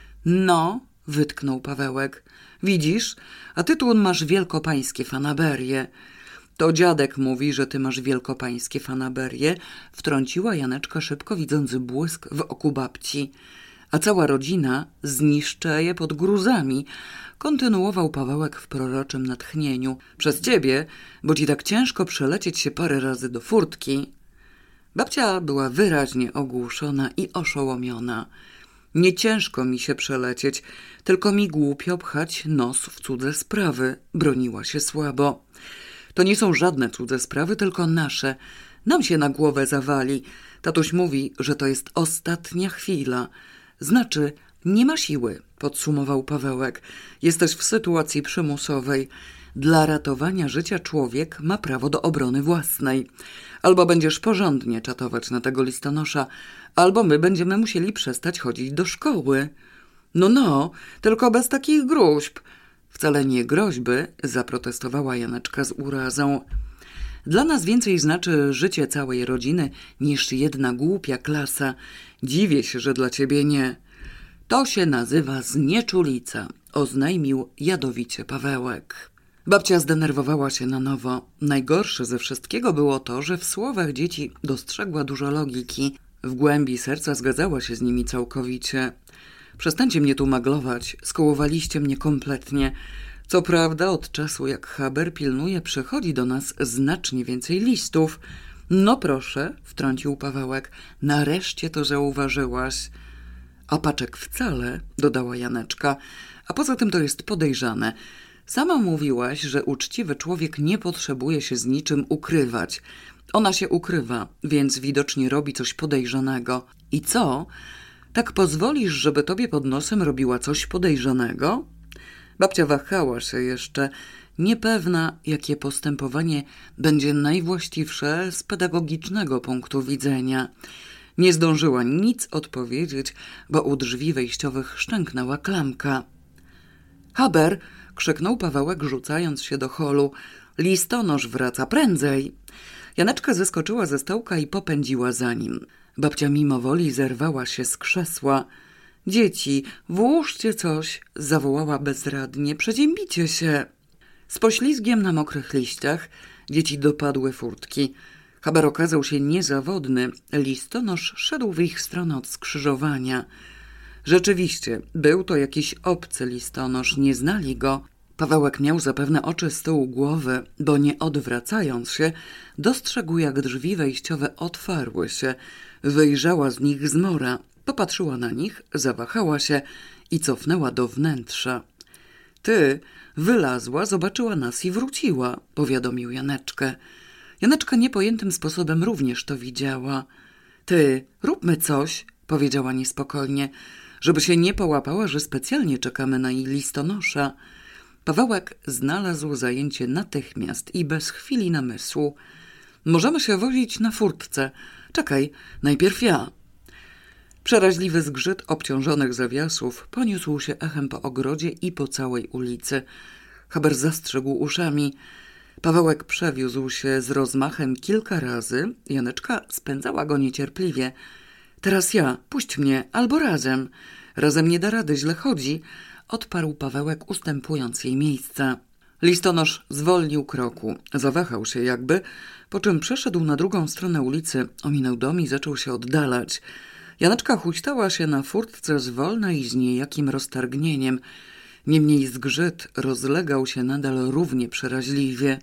No, wytknął Pawełek. Widzisz, a ty tu masz wielkopańskie fanaberie. To dziadek mówi, że ty masz wielkopańskie fanaberie, wtrąciła Janeczka szybko, widząc błysk w oku babci. A cała rodzina zniszczeje pod gruzami, kontynuował Pawełek w proroczym natchnieniu. Przez ciebie, bo ci tak ciężko przelecieć się parę razy do furtki. Babcia była wyraźnie ogłuszona i oszołomiona. Nie ciężko mi się przelecieć, tylko mi głupio pchać nos w cudze sprawy, broniła się słabo. To nie są żadne cudze sprawy, tylko nasze. Nam się na głowę zawali. Tatuś mówi, że to jest ostatnia chwila. Znaczy, nie ma siły, podsumował Pawełek. Jesteś w sytuacji przymusowej. Dla ratowania życia człowiek ma prawo do obrony własnej. Albo będziesz porządnie czatować na tego listonosza, albo my będziemy musieli przestać chodzić do szkoły. No, no, tylko bez takich gruźb. Wcale nie groźby, zaprotestowała Janeczka z urazą. Dla nas więcej znaczy życie całej rodziny niż jedna głupia klasa. Dziwię się, że dla ciebie nie. To się nazywa znieczulica, oznajmił jadowicie Pawełek. Babcia zdenerwowała się na nowo. Najgorsze ze wszystkiego było to, że w słowach dzieci dostrzegła dużo logiki. W głębi serca zgadzała się z nimi całkowicie. Przestańcie mnie tu maglować, skołowaliście mnie kompletnie. Co prawda od czasu jak Haber pilnuje, przychodzi do nas znacznie więcej listów. No proszę, wtrącił Pawełek, nareszcie to zauważyłaś. A paczek wcale, dodała Janeczka, a poza tym to jest podejrzane. Sama mówiłaś, że uczciwy człowiek nie potrzebuje się z niczym ukrywać. Ona się ukrywa, więc widocznie robi coś podejrzanego. I co? Tak pozwolisz, żeby tobie pod nosem robiła coś podejrzanego? Babcia wahała się jeszcze, niepewna, jakie postępowanie będzie najwłaściwsze z pedagogicznego punktu widzenia. Nie zdążyła nic odpowiedzieć, bo u drzwi wejściowych szczęknęła klamka. Haber! Krzyknął Pawełek, rzucając się do holu. Listonosz wraca, prędzej! Janeczka zeskoczyła ze stołka i popędziła za nim. Babcia mimowoli zerwała się z krzesła. Dzieci, włóżcie coś, zawołała bezradnie, przeziębicie się. Z poślizgiem na mokrych liściach dzieci dopadły furtki. Haber okazał się niezawodny. Listonosz szedł w ich stronę od skrzyżowania. Rzeczywiście, był to jakiś obcy listonosz, nie znali go. Pawełek miał zapewne oczy z tyłu głowy, bo nie odwracając się, dostrzegł, jak drzwi wejściowe otwarły się. Wyjrzała z nich zmora, popatrzyła na nich, zawahała się i cofnęła do wnętrza. Ty, wylazła, zobaczyła nas i wróciła, powiadomił Janeczkę. Janeczka niepojętym sposobem również to widziała. Ty, róbmy coś, powiedziała niespokojnie, żeby się nie połapała, że specjalnie czekamy na jej listonosza. Pawełek znalazł zajęcie natychmiast i bez chwili namysłu. Możemy się wozić na furtce. Czekaj, najpierw ja. Przeraźliwy zgrzyt obciążonych zawiasów poniósł się echem po ogrodzie i po całej ulicy. Haber zastrzegł uszami. Pawełek przewiózł się z rozmachem kilka razy. Janeczka spędzała go niecierpliwie. Teraz ja, puść mnie, albo razem. Razem nie da rady, źle chodzi, odparł Pawełek, ustępując jej miejsca. Listonosz zwolnił kroku, zawahał się jakby, po czym przeszedł na drugą stronę ulicy, ominął dom i zaczął się oddalać. Janeczka huśtała się na furtce zwolna i z niejakim roztargnieniem. Niemniej zgrzyt rozlegał się nadal równie przeraźliwie.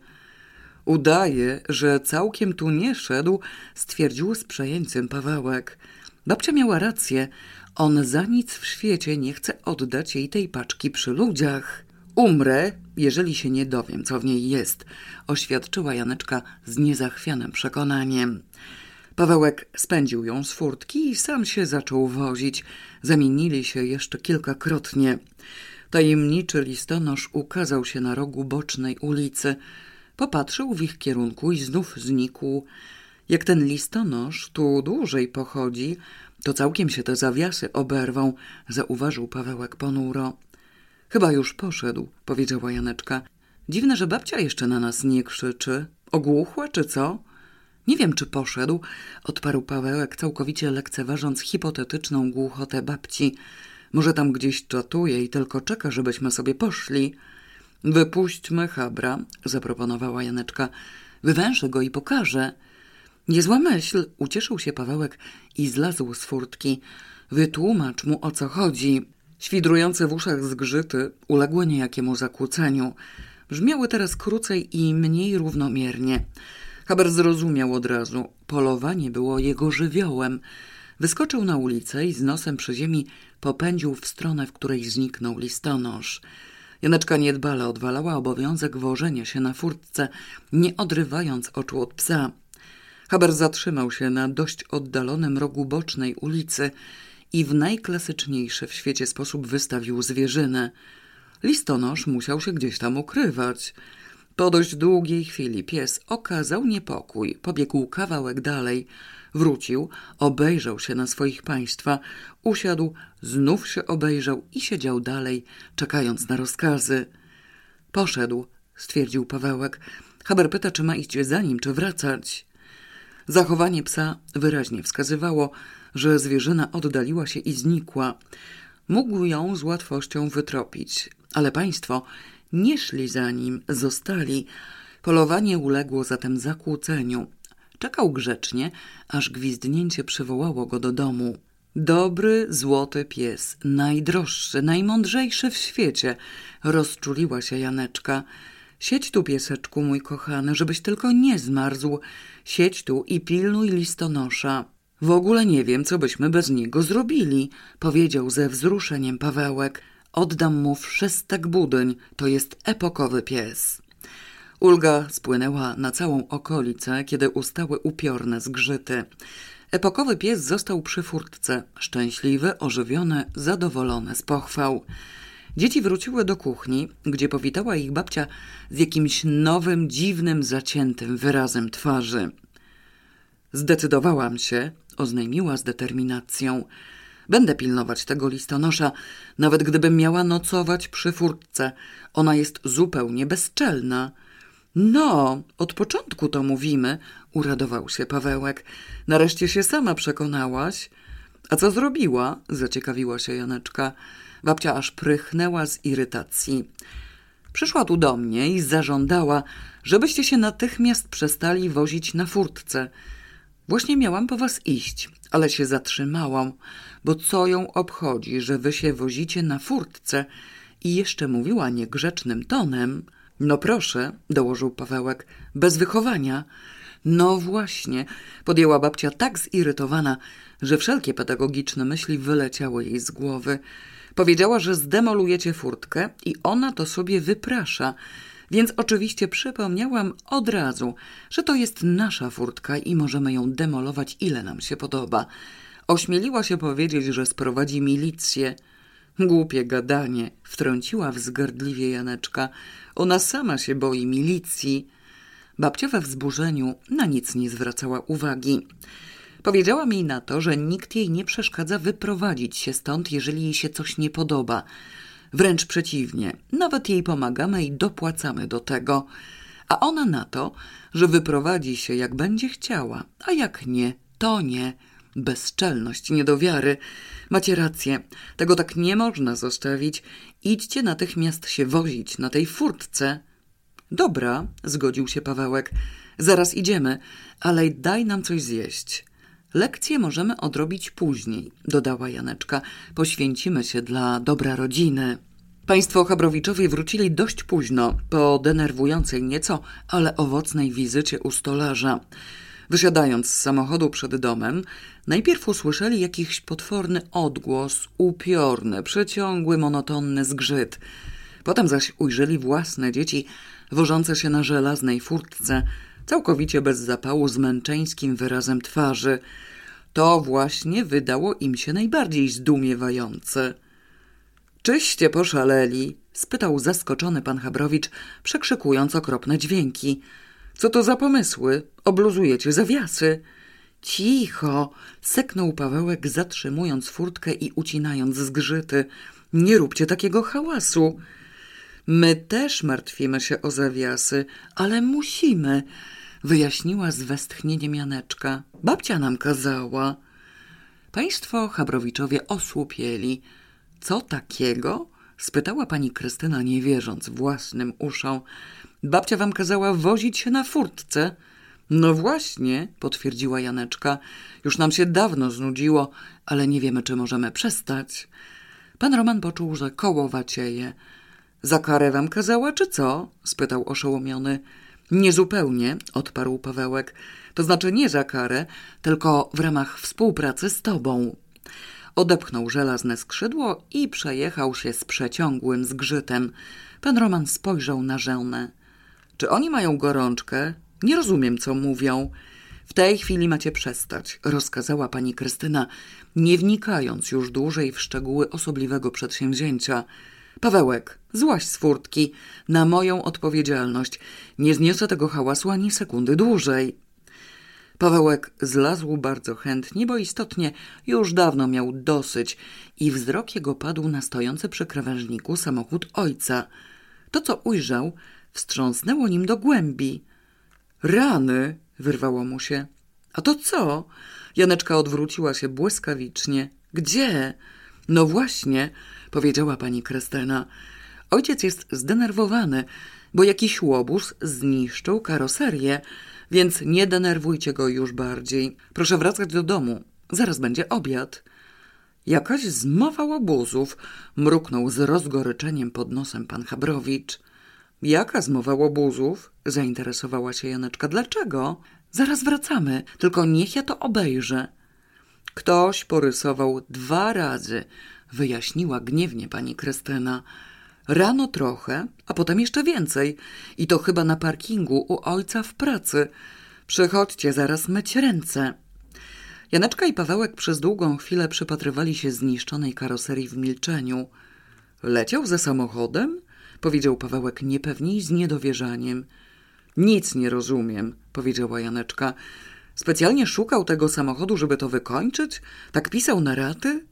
Udaje, że całkiem tu nie szedł, stwierdził z przejęciem Pawełek. Babcia miała rację. On za nic w świecie nie chce oddać jej tej paczki przy ludziach. Umrę, jeżeli się nie dowiem, co w niej jest, oświadczyła Janeczka z niezachwianym przekonaniem. Pawełek spędził ją z furtki i sam się zaczął wozić. Zamienili się jeszcze kilkakrotnie. Tajemniczy listonosz ukazał się na rogu bocznej ulicy. Popatrzył w ich kierunku i znów znikł. Jak ten listonosz tu dłużej pochodzi, to całkiem się te zawiasy oberwą, zauważył Pawełek ponuro. Chyba już poszedł, powiedziała Janeczka. Dziwne, że babcia jeszcze na nas nie krzyczy. Ogłuchła czy co? Nie wiem, czy poszedł, odparł Pawełek, całkowicie lekceważąc hipotetyczną głuchotę babci. Może tam gdzieś czatuje i tylko czeka, żebyśmy sobie poszli. Wypuśćmy Habra, zaproponowała Janeczka. Wywęszę go i pokażę. Niezła myśl, ucieszył się Pawełek i zlazł z furtki. Wytłumacz mu, o co chodzi. Świdrujące w uszach zgrzyty uległy niejakiemu zakłóceniu. Brzmiały teraz krócej i mniej równomiernie. Haber zrozumiał od razu. Polowanie było jego żywiołem. Wyskoczył na ulicę i z nosem przy ziemi popędził w stronę, w której zniknął listonosz. Janeczka niedbale odwalała obowiązek wożenia się na furtce, nie odrywając oczu od psa. Haber zatrzymał się na dość oddalonym rogu bocznej ulicy i w najklasyczniejszy w świecie sposób wystawił zwierzynę. Listonosz musiał się gdzieś tam ukrywać. Po dość długiej chwili pies okazał niepokój, pobiegł kawałek dalej, wrócił, obejrzał się na swoich państwa, usiadł, znów się obejrzał i siedział dalej, czekając na rozkazy. Poszedł, stwierdził Pawełek. Haber pyta, czy ma iść za nim, czy wracać. Zachowanie psa wyraźnie wskazywało, że zwierzyna oddaliła się i znikła. Mógł ją z łatwością wytropić, ale państwo nie szli za nim, zostali. Polowanie uległo zatem zakłóceniu. Czekał grzecznie, aż gwizdnięcie przywołało go do domu. Dobry, złoty pies, najdroższy, najmądrzejszy w świecie, rozczuliła się Janeczka. Siedź tu, pieseczku mój kochany, żebyś tylko nie zmarzł. Siedź tu i pilnuj listonosza. W ogóle nie wiem, co byśmy bez niego zrobili, powiedział ze wzruszeniem Pawełek. Oddam mu wszystek budyń, to jest epokowy pies. Ulga spłynęła na całą okolicę, kiedy ustały upiorne zgrzyty. Epokowy pies został przy furtce, szczęśliwy, ożywiony, zadowolony z pochwał. Dzieci wróciły do kuchni, gdzie powitała ich babcia z jakimś nowym, dziwnym, zaciętym wyrazem twarzy. Zdecydowałam się, oznajmiła z determinacją. Będę pilnować tego listonosza, nawet gdybym miała nocować przy furtce. Ona jest zupełnie bezczelna. No, od początku to mówimy, uradował się Pawełek. Nareszcie się sama przekonałaś. A co zrobiła? Zaciekawiła się Janeczka. Babcia aż prychnęła z irytacji. Przyszła tu do mnie i zażądała, żebyście się natychmiast przestali wozić na furtce. Właśnie miałam po was iść, ale się zatrzymałam, bo co ją obchodzi, że wy się wozicie na furtce? I jeszcze mówiła niegrzecznym tonem. No proszę, dołożył Pawełek, bez wychowania. No właśnie, podjęła babcia tak zirytowana, że wszelkie pedagogiczne myśli wyleciały jej z głowy. Powiedziała, że zdemolujecie furtkę i ona to sobie wyprasza, więc oczywiście przypomniałam od razu, że to jest nasza furtka i możemy ją demolować, ile nam się podoba. Ośmieliła się powiedzieć, że sprowadzi milicję. Głupie gadanie, wtrąciła wzgardliwie Janeczka. Ona sama się boi milicji. Babcia we wzburzeniu na nic nie zwracała uwagi. Powiedziała mi na to, że nikt jej nie przeszkadza wyprowadzić się stąd, jeżeli jej się coś nie podoba. Wręcz przeciwnie, nawet jej pomagamy i dopłacamy do tego. A ona na to, że wyprowadzi się jak będzie chciała, a jak nie, to nie. Bezczelność, nie do wiary. Macie rację, tego tak nie można zostawić. Idźcie natychmiast się wozić na tej furtce. Dobra, zgodził się Pawełek. Zaraz idziemy, ale daj nam coś zjeść. Lekcje możemy odrobić później, dodała Janeczka. Poświęcimy się dla dobra rodziny. Państwo Chabrowiczowie wrócili dość późno, po denerwującej nieco, ale owocnej wizycie u stolarza. Wysiadając z samochodu przed domem, najpierw usłyszeli jakiś potworny odgłos, upiorny, przeciągły, monotonny zgrzyt. Potem zaś ujrzeli własne dzieci wożące się na żelaznej furtce, całkowicie bez zapału, z męczeńskim wyrazem twarzy. To właśnie wydało im się najbardziej zdumiewające. Czyście poszaleli? Spytał zaskoczony pan Chabrowicz, przekrzykując okropne dźwięki. Co to za pomysły? Obluzujecie zawiasy? Cicho! Seknął Pawełek, zatrzymując furtkę i ucinając zgrzyty. Nie róbcie takiego hałasu. My też martwimy się o zawiasy, ale musimy, wyjaśniła z westchnieniem Janeczka. Babcia nam kazała. Państwo Chabrowiczowie osłupieli. Co takiego? Spytała pani Krystyna, nie wierząc własnym uszom. Babcia wam kazała wozić się na furtce. No właśnie, potwierdziła Janeczka. Już nam się dawno znudziło, ale nie wiemy, czy możemy przestać. Pan Roman poczuł, że koło wacieje. Za karę wam kazała, czy co? Spytał oszołomiony. Niezupełnie, odparł Pawełek. To znaczy nie za karę, tylko w ramach współpracy z tobą. Odepchnął żelazne skrzydło i przejechał się z przeciągłym zgrzytem. Pan Roman spojrzał na żonę. Czy oni mają gorączkę? Nie rozumiem, co mówią. W tej chwili macie przestać, rozkazała pani Krystyna, nie wnikając już dłużej w szczegóły osobliwego przedsięwzięcia. Pawełek, złaź z furtki, na moją odpowiedzialność. Nie zniosę tego hałasu ani sekundy dłużej. Pawełek zlazł bardzo chętnie, bo istotnie już dawno miał dosyć i wzrok jego padł na stojący przy krawężniku samochód ojca. To, co ujrzał, wstrząsnęło nim do głębi. Rany, wyrwało mu się. A to co? Janeczka odwróciła się błyskawicznie. Gdzie? No właśnie, powiedziała pani Krystyna. Ojciec jest zdenerwowany, bo jakiś łobuz zniszczył karoserię, więc nie denerwujcie go już bardziej. Proszę wracać do domu. Zaraz będzie obiad. Jakaś zmowa łobuzów, mruknął z rozgoryczeniem pod nosem pan Chabrowicz. Jaka zmowa łobuzów? Zainteresowała się Janeczka. Dlaczego? Zaraz wracamy, tylko niech ja to obejrzę. Ktoś porysował dwa razy, wyjaśniła gniewnie pani Krystyna. Rano trochę, a potem jeszcze więcej. I to chyba na parkingu u ojca w pracy. Przychodźcie zaraz myć ręce. Janeczka i Pawełek przez długą chwilę przypatrywali się zniszczonej karoserii w milczeniu. Leciał ze samochodem? Powiedział Pawełek niepewnie i z niedowierzaniem. Nic nie rozumiem, powiedziała Janeczka. Specjalnie szukał tego samochodu, żeby to wykończyć? Tak pisał na raty?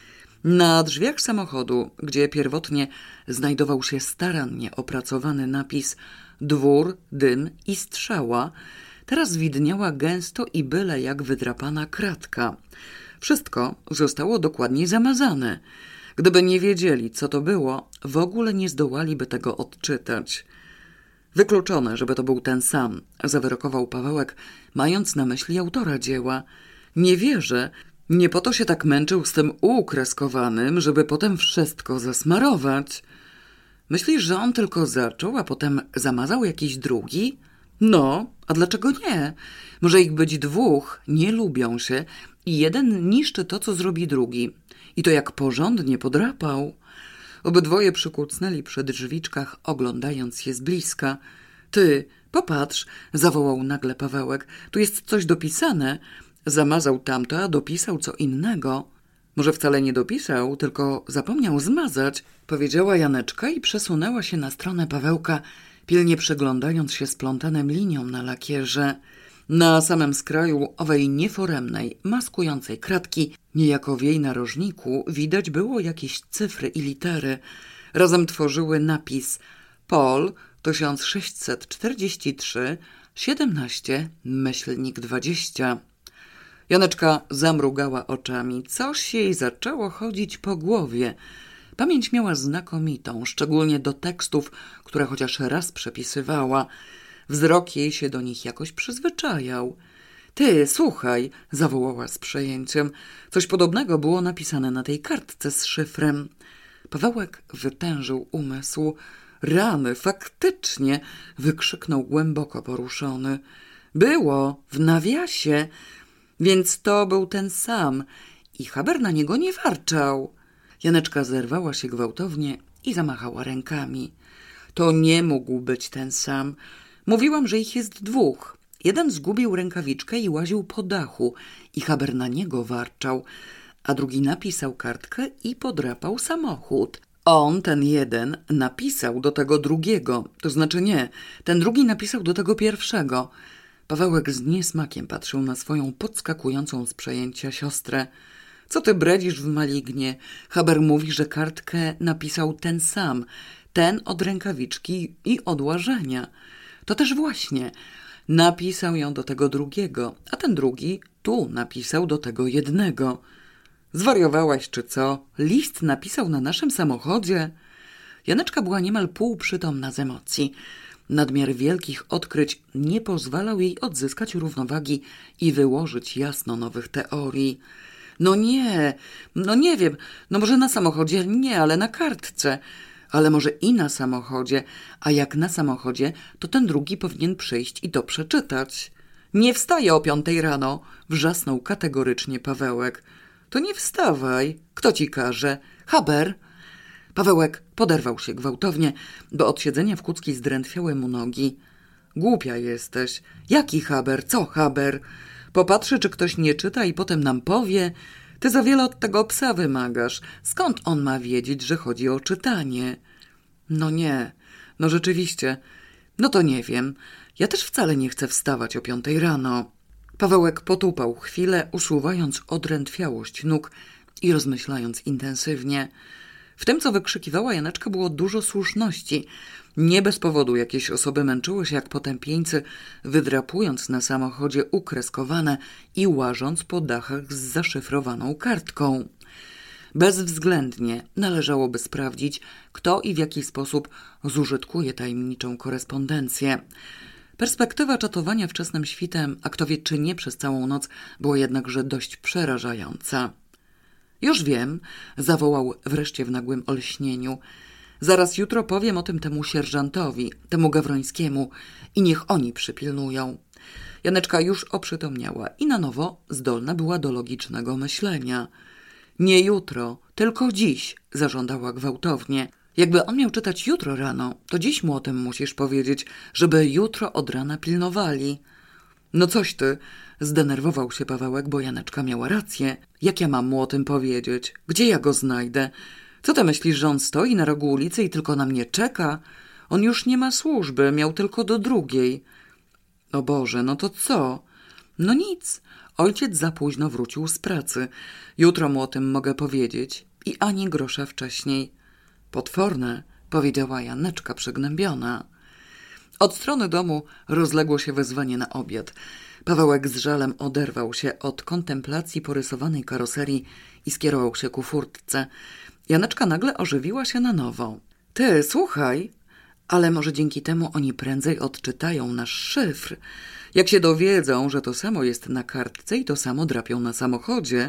Na drzwiach samochodu, gdzie pierwotnie znajdował się starannie opracowany napis dwór, dym i strzała, teraz widniała gęsto i byle jak wydrapana kratka. Wszystko zostało dokładnie zamazane. Gdyby nie wiedzieli, co to było, w ogóle nie zdołaliby tego odczytać. Wykluczone, żeby to był ten sam, zawyrokował Pawełek, mając na myśli autora dzieła. Nie wierzę, nie po to się tak męczył z tym U kreskowanym, żeby potem wszystko zasmarować. Myślisz, że on tylko zaczął, a potem zamazał jakiś drugi? No, a dlaczego nie? Może ich być dwóch, nie lubią się i jeden niszczy to, co zrobi drugi. I to jak porządnie podrapał. Obydwoje przykucnęli przy drzwiczkach, oglądając je z bliska. Ty, popatrz, zawołał nagle Pawełek. Tu jest coś dopisane. Zamazał tamto, a dopisał co innego. Może wcale nie dopisał, tylko zapomniał zmazać, powiedziała Janeczka i przesunęła się na stronę Pawełka, pilnie przyglądając się splątanym liniom na lakierze. Na samym skraju owej nieforemnej, maskującej kratki, niejako w jej narożniku, widać było jakieś cyfry i litery. Razem tworzyły napis Pol tysiąc sześćset czterdzieści trzy siedemnaście myślnik dwadzieścia. Janeczka zamrugała oczami. Coś jej zaczęło chodzić po głowie. Pamięć miała znakomitą, szczególnie do tekstów, które chociaż raz przepisywała. Wzrok jej się do nich jakoś przyzwyczajał. Ty, słuchaj, zawołała z przejęciem. Coś podobnego było napisane na tej kartce z szyfrem. Pawełek wytężył umysł. Rany, faktycznie, wykrzyknął głęboko poruszony. Było, w nawiasie, więc to był ten sam i Haber na niego nie warczał. Janeczka zerwała się gwałtownie i zamachała rękami. To nie mógł być ten sam. Mówiłam, że ich jest dwóch. Jeden zgubił rękawiczkę i łaził po dachu i Haber na niego warczał, a drugi napisał kartkę i podrapał samochód. On, ten jeden, napisał do tego drugiego, to znaczy nie, ten drugi napisał do tego pierwszego. Pawełek z niesmakiem patrzył na swoją podskakującą z przejęcia siostrę. Co ty bredzisz w malignie? Haber mówi, że kartkę napisał ten sam, ten od rękawiczki i od łażenia. To też właśnie. Napisał ją do tego drugiego, a ten drugi tu napisał do tego jednego. Zwariowałaś czy co? List napisał na naszym samochodzie? Janeczka była niemal półprzytomna z emocji. Nadmiar wielkich odkryć nie pozwalał jej odzyskać równowagi i wyłożyć jasno nowych teorii. No nie, no nie wiem, no może na samochodzie nie, ale na kartce. Ale może i na samochodzie, a jak na samochodzie, to ten drugi powinien przyjść i to przeczytać. Nie wstaję o piątej rano, wrzasnął kategorycznie Pawełek. To nie wstawaj, kto ci każe? Haber? Pawełek poderwał się gwałtownie, bo od siedzenia w kucki zdrętwiały mu nogi. Głupia jesteś. Jaki Haber? Co Haber? Popatrzy, czy ktoś nie czyta i potem nam powie. Ty za wiele od tego psa wymagasz. Skąd on ma wiedzieć, że chodzi o czytanie? No nie, no rzeczywiście. No to nie wiem. Ja też wcale nie chcę wstawać o piątej rano. Pawełek potupał chwilę, usuwając odrętwiałość nóg i rozmyślając intensywnie. W tym, co wykrzykiwała Janeczka, było dużo słuszności. Nie bez powodu jakieś osoby męczyły się jak potępieńcy, wydrapując na samochodzie ukreskowane i łażąc po dachach z zaszyfrowaną kartką. Bezwzględnie należałoby sprawdzić, kto i w jaki sposób zużytkuje tajemniczą korespondencję. Perspektywa czatowania wczesnym świtem, a kto wie czy nie przez całą noc, była jednakże dość przerażająca. Już wiem, zawołał wreszcie w nagłym olśnieniu. Zaraz jutro powiem o tym temu sierżantowi, temu Gawrońskiemu i niech oni przypilnują. Janeczka już oprzytomniała i na nowo zdolna była do logicznego myślenia. Nie jutro, tylko dziś, zażądała gwałtownie. Jakby on miał czytać jutro rano, to dziś mu o tym musisz powiedzieć, żeby jutro od rana pilnowali. No coś ty, zdenerwował się Pawełek, bo Janeczka miała rację. Jak ja mam mu o tym powiedzieć? Gdzie ja go znajdę? Co ty myślisz, że on stoi na rogu ulicy i tylko na mnie czeka? On już nie ma służby, miał tylko do drugiej. O Boże, no to co? No nic. Ojciec za późno wrócił z pracy. Jutro mu o tym mogę powiedzieć. I ani grosza wcześniej. Potworne, powiedziała Janeczka przygnębiona. Od strony domu rozległo się wezwanie na obiad. Pawełek z żalem oderwał się od kontemplacji porysowanej karoserii i skierował się ku furtce. Janeczka nagle ożywiła się na nowo. Ty, słuchaj, ale może dzięki temu oni prędzej odczytają nasz szyfr. Jak się dowiedzą, że to samo jest na kartce i to samo drapią na samochodzie.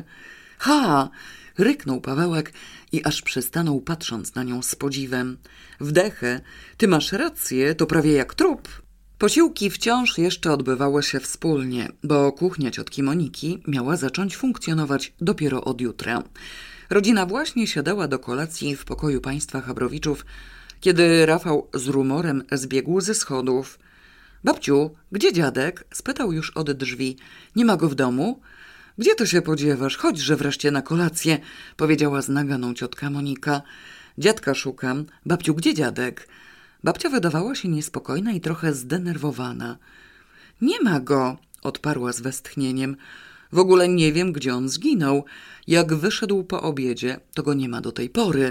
Ha! Ryknął Pawełek i aż przystanął, patrząc na nią z podziwem. Wdechę, ty masz rację, to prawie jak trup. Posiłki wciąż jeszcze odbywały się wspólnie, bo kuchnia ciotki Moniki miała zacząć funkcjonować dopiero od jutra. Rodzina właśnie siadała do kolacji w pokoju państwa Chabrowiczów, kiedy Rafał z rumorem zbiegł ze schodów. Babciu, gdzie dziadek? Spytał już od drzwi. Nie ma go w domu? Gdzie to się podziewasz? Chodźże wreszcie na kolację, powiedziała z naganą ciotka Monika. Dziadka szukam. Babciu, gdzie dziadek? Babcia wydawała się niespokojna i trochę zdenerwowana. Nie ma go, odparła z westchnieniem. W ogóle nie wiem, gdzie on zginął. Jak wyszedł po obiedzie, to go nie ma do tej pory.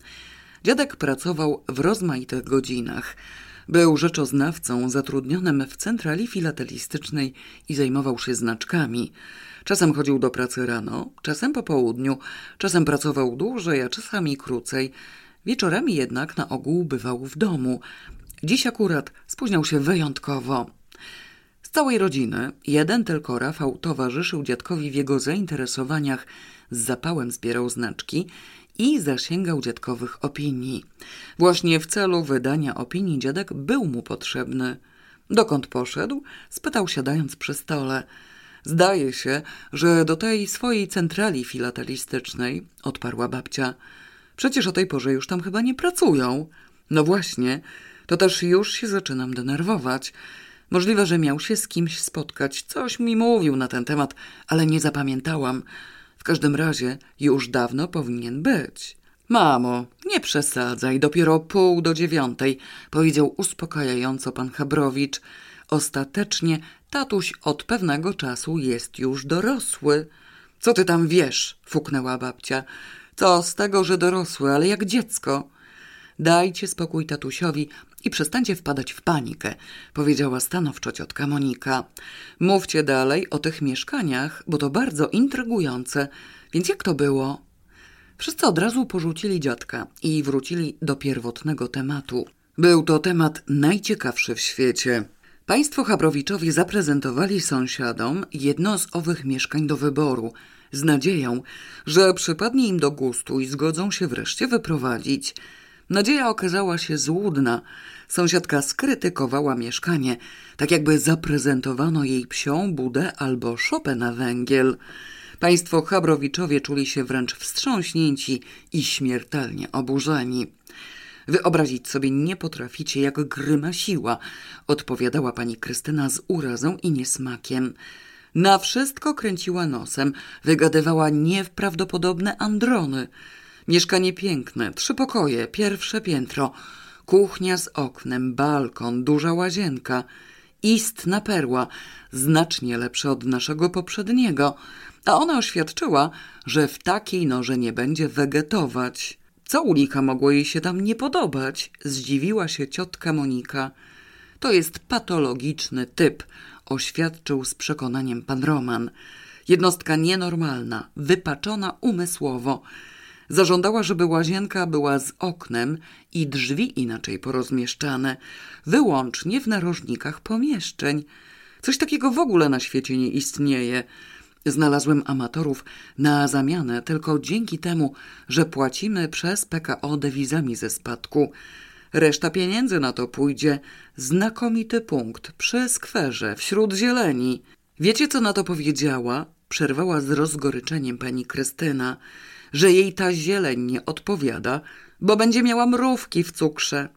Dziadek pracował w rozmaitych godzinach. Był rzeczoznawcą zatrudnionym w centrali filatelistycznej i zajmował się znaczkami. Czasem chodził do pracy rano, czasem po południu, czasem pracował dłużej, a czasami krócej. Wieczorami jednak na ogół bywał w domu. Dziś akurat spóźniał się wyjątkowo. Z całej rodziny jeden tylko Rafał towarzyszył dziadkowi w jego zainteresowaniach, z zapałem zbierał znaczki i zasięgał dziadkowych opinii. Właśnie w celu wydania opinii dziadek był mu potrzebny. Dokąd poszedł? Spytał siadając przy stole. Zdaje się, że do tej swojej centrali filatelistycznej, odparła babcia. Przecież o tej porze już tam chyba nie pracują. No właśnie, to też już się zaczynam denerwować. Możliwe, że miał się z kimś spotkać. Coś mi mówił na ten temat, ale nie zapamiętałam. W każdym razie już dawno powinien być. Mamo, nie przesadzaj, dopiero pół do dziewiątej, powiedział uspokajająco pan Chabrowicz. Ostatecznie tatuś od pewnego czasu jest już dorosły. Co ty tam wiesz? Fuknęła babcia. Co z tego, że dorosły, ale jak dziecko. Dajcie spokój tatusiowi i przestańcie wpadać w panikę, powiedziała stanowczo ciotka Monika. Mówcie dalej o tych mieszkaniach, bo to bardzo intrygujące. Więc jak to było? Wszyscy od razu porzucili dziadka i wrócili do pierwotnego tematu. Był to temat najciekawszy w świecie. Państwo Chabrowiczowie zaprezentowali sąsiadom jedno z owych mieszkań do wyboru, z nadzieją, że przypadnie im do gustu i zgodzą się wreszcie wyprowadzić. Nadzieja okazała się złudna. Sąsiadka skrytykowała mieszkanie, tak jakby zaprezentowano jej psią budę albo szopę na węgiel. Państwo Chabrowiczowie czuli się wręcz wstrząśnięci i śmiertelnie oburzeni. Wyobrazić sobie nie potraficie, jak grymasiła, odpowiadała pani Krystyna z urazą i niesmakiem. Na wszystko kręciła nosem, wygadywała nieprawdopodobne androny. Mieszkanie piękne, trzy pokoje, pierwsze piętro, kuchnia z oknem, balkon, duża łazienka, istna perła, znacznie lepsza od naszego poprzedniego, a ona oświadczyła, że w takiej norze nie będzie wegetować. Co u licha mogło jej się tam nie podobać? Zdziwiła się ciotka Monika. To jest patologiczny typ, oświadczył z przekonaniem pan Roman. Jednostka nienormalna, wypaczona umysłowo. Zażądała, żeby łazienka była z oknem i drzwi inaczej porozmieszczane, wyłącznie w narożnikach pomieszczeń. Coś takiego w ogóle na świecie nie istnieje. Znalazłem amatorów na zamianę tylko dzięki temu, że płacimy przez P K O dewizami ze spadku. Reszta pieniędzy na to pójdzie. Znakomity punkt przy skwerze, wśród zieleni. Wiecie, co na to powiedziała? Przerwała z rozgoryczeniem pani Krystyna, że jej ta zieleń nie odpowiada, bo będzie miała mrówki w cukrze.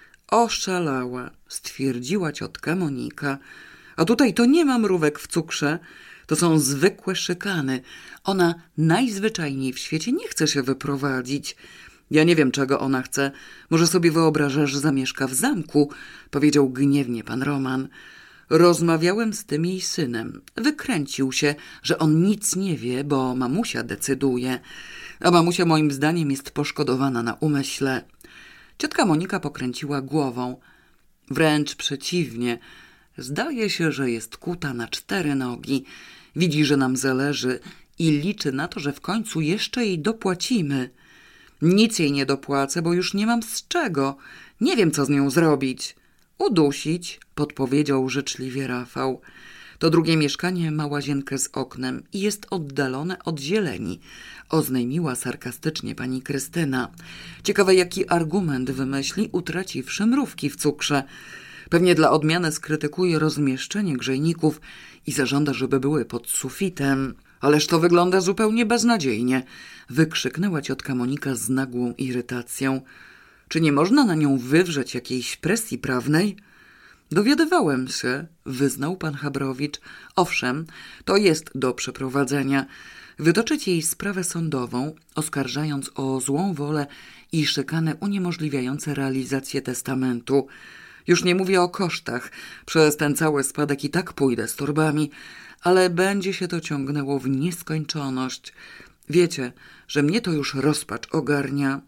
Oszalała, stwierdziła ciotka Monika. A tutaj to nie ma mrówek w cukrze, to są zwykłe szykany. Ona najzwyczajniej w świecie nie chce się wyprowadzić. Ja nie wiem, czego ona chce. Może sobie wyobraża, że zamieszka w zamku, powiedział gniewnie pan Roman. Rozmawiałem z tym jej synem. Wykręcił się, że on nic nie wie, bo mamusia decyduje. A mamusia moim zdaniem jest poszkodowana na umyśle. Ciotka Monika pokręciła głową. Wręcz przeciwnie. Zdaje się, że jest kuta na cztery nogi. Widzi, że nam zależy i liczy na to, że w końcu jeszcze jej dopłacimy. Nic jej nie dopłacę, bo już nie mam z czego. Nie wiem, co z nią zrobić. Udusić, podpowiedział życzliwie Rafał. To drugie mieszkanie ma łazienkę z oknem i jest oddalone od zieleni, oznajmiła sarkastycznie pani Krystyna. Ciekawe, jaki argument wymyśli, utraciwszy mrówki w cukrze. Pewnie dla odmiany skrytykuje rozmieszczenie grzejników i zażąda, żeby były pod sufitem. Ależ to wygląda zupełnie beznadziejnie, wykrzyknęła ciotka Monika z nagłą irytacją. Czy nie można na nią wywrzeć jakiejś presji prawnej? Dowiadywałem się, wyznał pan Chabrowicz. Owszem, to jest do przeprowadzenia. Wytoczyć jej sprawę sądową, oskarżając o złą wolę i szykany uniemożliwiające realizację testamentu. Już nie mówię o kosztach. Przez ten cały spadek i tak pójdę z torbami, ale będzie się to ciągnęło w nieskończoność. Wiecie, że mnie to już rozpacz ogarnia.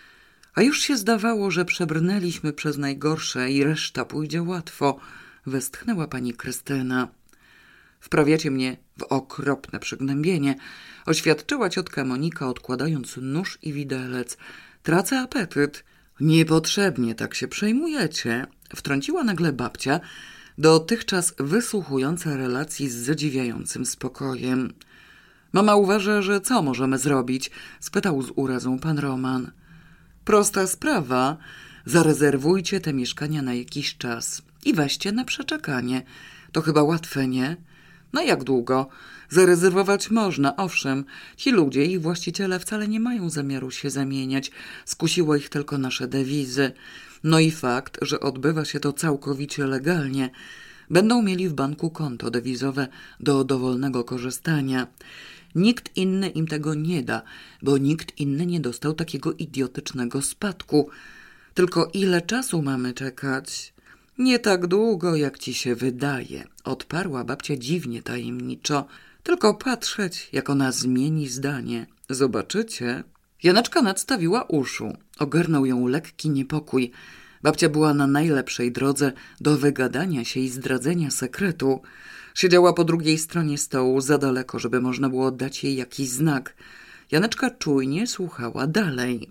A już się zdawało, że przebrnęliśmy przez najgorsze i reszta pójdzie łatwo, westchnęła pani Krystyna. Wprawiacie mnie w okropne przygnębienie, oświadczyła ciotka Monika, odkładając nóż i widelec. Tracę apetyt. Niepotrzebnie tak się przejmujecie, wtrąciła nagle babcia, dotychczas wysłuchująca relacji z zadziwiającym spokojem. Mama uważa, że co możemy zrobić? Spytał z urazą pan Roman. Prosta sprawa. Zarezerwujcie te mieszkania na jakiś czas i weźcie na przeczekanie. To chyba łatwe, nie? No jak długo? Zarezerwować można, owszem. Ci ludzie i właściciele wcale nie mają zamiaru się zamieniać. Skusiło ich tylko nasze dewizy. No i fakt, że odbywa się to całkowicie legalnie. Będą mieli w banku konto dewizowe do dowolnego korzystania. Nikt inny im tego nie da, bo nikt inny nie dostał takiego idiotycznego spadku. Tylko ile czasu mamy czekać? Nie tak długo, jak ci się wydaje, odparła babcia dziwnie tajemniczo. Tylko patrzeć, jak ona zmieni zdanie. Zobaczycie. Janeczka nadstawiła uszu. Ogarnął ją lekki niepokój. Babcia była na najlepszej drodze do wygadania się i zdradzenia sekretu. Siedziała po drugiej stronie stołu, za daleko, żeby można było dać jej jakiś znak. Janeczka czujnie słuchała dalej.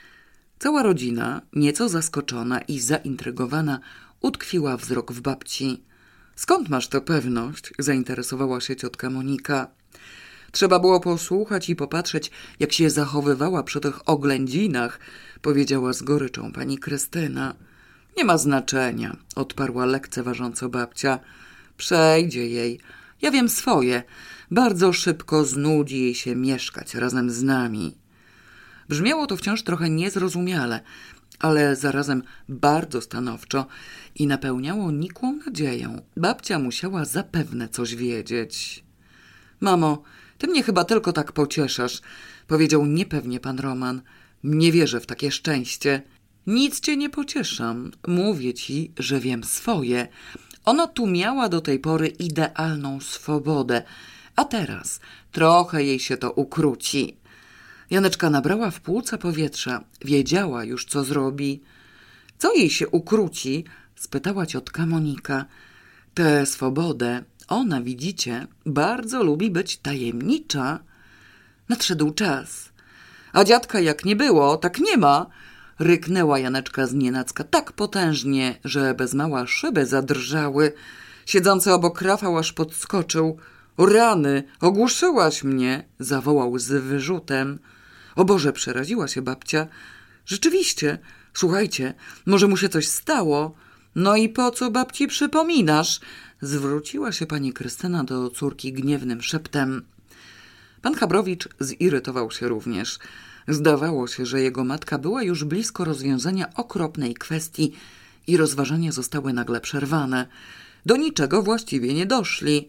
Cała rodzina, nieco zaskoczona i zaintrygowana, utkwiła wzrok w babci. Skąd masz tę pewność? Zainteresowała się ciotka Monika. Trzeba było posłuchać i popatrzeć, jak się zachowywała przy tych oględzinach, powiedziała z goryczą pani Krystyna. Nie ma znaczenia, odparła lekceważąco babcia. Przejdzie jej. Ja wiem swoje. Bardzo szybko znudzi jej się mieszkać razem z nami. Brzmiało to wciąż trochę niezrozumiale, ale zarazem bardzo stanowczo i napełniało nikłą nadzieją. Babcia musiała zapewne coś wiedzieć. Mamo, ty mnie chyba tylko tak pocieszasz, powiedział niepewnie pan Roman. Nie wierzę w takie szczęście. Nic cię nie pocieszam. Mówię ci, że wiem swoje. Ona tu miała do tej pory idealną swobodę, a teraz trochę jej się to ukróci. Janeczka nabrała w płuca powietrza. Wiedziała już, co zrobi. Co jej się ukróci? Spytała ciotka Monika. Tę swobodę. Ona, widzicie, bardzo lubi być tajemnicza. Nadszedł czas. A dziadka jak nie było, tak nie ma. Ryknęła Janeczka znienacka tak potężnie, że bez mała szyby zadrżały. Siedzący obok Rafał aż podskoczył. Rany, ogłuszyłaś mnie, zawołał z wyrzutem. O Boże, przeraziła się babcia. Rzeczywiście, słuchajcie, może mu się coś stało. No i po co babci przypominasz? Zwróciła się pani Krystyna do córki gniewnym szeptem. Pan Chabrowicz zirytował się również. Zdawało się, że jego matka była już blisko rozwiązania okropnej kwestii i rozważania zostały nagle przerwane. Do niczego właściwie nie doszli.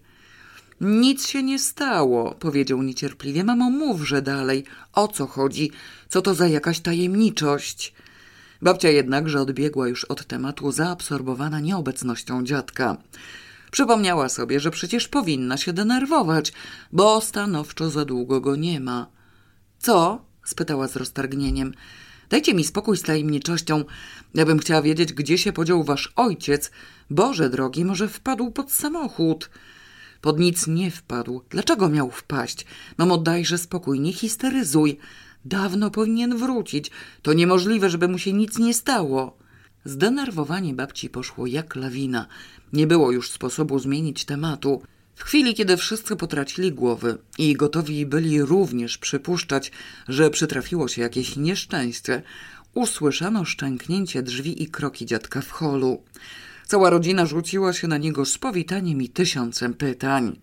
Nic się nie stało, powiedział niecierpliwie. Mamo, mówże dalej. O co chodzi? Co to za jakaś tajemniczość? Babcia jednakże odbiegła już od tematu, zaabsorbowana nieobecnością dziadka. Przypomniała sobie, że przecież powinna się denerwować, bo stanowczo za długo go nie ma. Co? Spytała z roztargnieniem. Dajcie mi spokój z tajemniczością. Ja bym chciała wiedzieć, gdzie się podział wasz ojciec. Boże drogi, może wpadł pod samochód. Pod nic nie wpadł. Dlaczego miał wpaść? Mamo, dajże spokój, nie histeryzuj. Dawno powinien wrócić. To niemożliwe, żeby mu się nic nie stało. Zdenerwowanie babci poszło jak lawina. Nie było już sposobu zmienić tematu. W chwili, kiedy wszyscy potracili głowy i gotowi byli również przypuszczać, że przytrafiło się jakieś nieszczęście, usłyszano szczęknięcie drzwi i kroki dziadka w holu. Cała rodzina rzuciła się na niego z powitaniem i tysiącem pytań.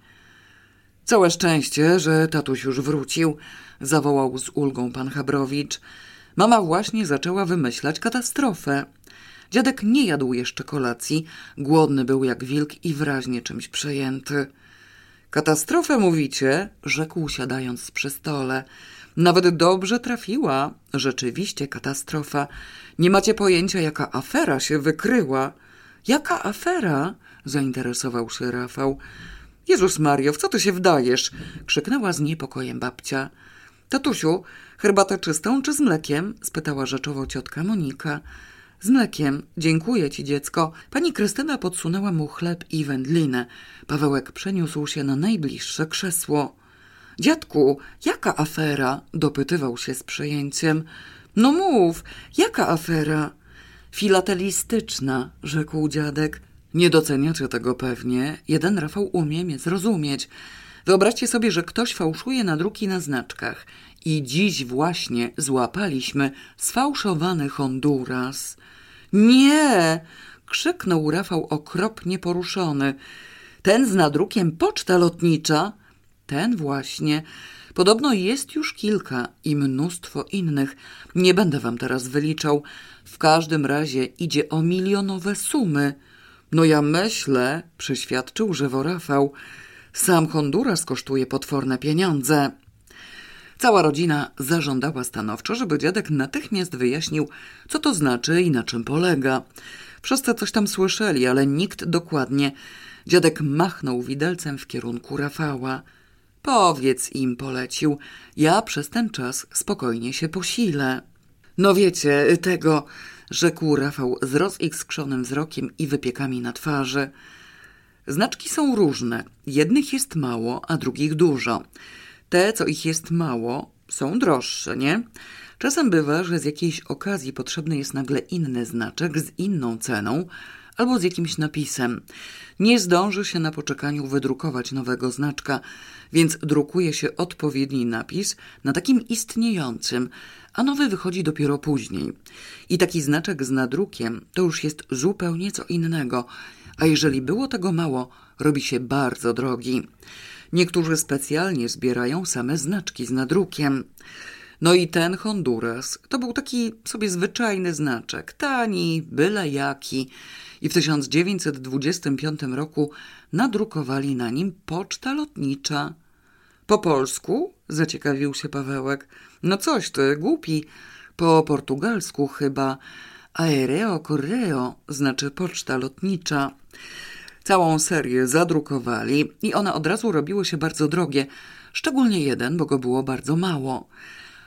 Całe szczęście, że tatuś już wrócił, zawołał z ulgą pan Chabrowicz. Mama właśnie zaczęła wymyślać katastrofę. Dziadek nie jadł jeszcze kolacji, głodny był jak wilk i wyraźnie czymś przejęty. Katastrofę mówicie? Rzekł siadając przy stole. Nawet dobrze trafiła. Rzeczywiście katastrofa. Nie macie pojęcia, jaka afera się wykryła. Jaka afera? Zainteresował się Rafał. Jezus Mario, w co ty się wdajesz? Krzyknęła z niepokojem babcia. Tatusiu, herbatę czystą czy z mlekiem? Spytała rzeczowo ciotka Monika. Z mlekiem. Dziękuję ci, dziecko. Pani Krystyna podsunęła mu chleb i wędlinę. Pawełek przeniósł się na najbliższe krzesło. Dziadku, jaka afera? Dopytywał się z przejęciem. No mów, jaka afera? Filatelistyczna, rzekł dziadek. Nie doceniacie tego pewnie. Jeden Rafał umie mnie zrozumieć. Wyobraźcie sobie, że ktoś fałszuje nadruki na znaczkach. I dziś właśnie złapaliśmy sfałszowany Honduras. Nie! Krzyknął Rafał okropnie poruszony. Ten z nadrukiem poczta lotnicza? Ten właśnie. Podobno jest już kilka i mnóstwo innych. Nie będę wam teraz wyliczał. W każdym razie idzie o milionowe sumy. No ja myślę, przyświadczył żywo Rafał. Sam Honduras kosztuje potworne pieniądze. Cała rodzina zażądała stanowczo, żeby dziadek natychmiast wyjaśnił, co to znaczy i na czym polega. Wszyscy coś tam słyszeli, ale nikt dokładnie. Dziadek machnął widelcem w kierunku Rafała. Powiedz im, polecił, ja przez ten czas spokojnie się posilę. No wiecie, tego, rzekł Rafał z roziskrzonym wzrokiem i wypiekami na twarzy. Znaczki są różne. Jednych jest mało, a drugich dużo. Te, co ich jest mało, są droższe, nie? Czasem bywa, że z jakiejś okazji potrzebny jest nagle inny znaczek z inną ceną albo z jakimś napisem. Nie zdąży się na poczekaniu wydrukować nowego znaczka, więc drukuje się odpowiedni napis na takim istniejącym, a nowy wychodzi dopiero później. I taki znaczek z nadrukiem to już jest zupełnie co innego, a jeżeli było tego mało, robi się bardzo drogi. Niektórzy specjalnie zbierają same znaczki z nadrukiem. No i ten Honduras to był taki sobie zwyczajny znaczek, tani, byle jaki. I w tysiąc dziewięćset dwudziestym piątym roku nadrukowali na nim poczta lotnicza. Po polsku? Zaciekawił się Pawełek. No coś ty, głupi. Po portugalsku chyba. Aereo correo znaczy poczta lotnicza. Całą serię zadrukowali i one od razu robiły się bardzo drogie. Szczególnie jeden, bo go było bardzo mało.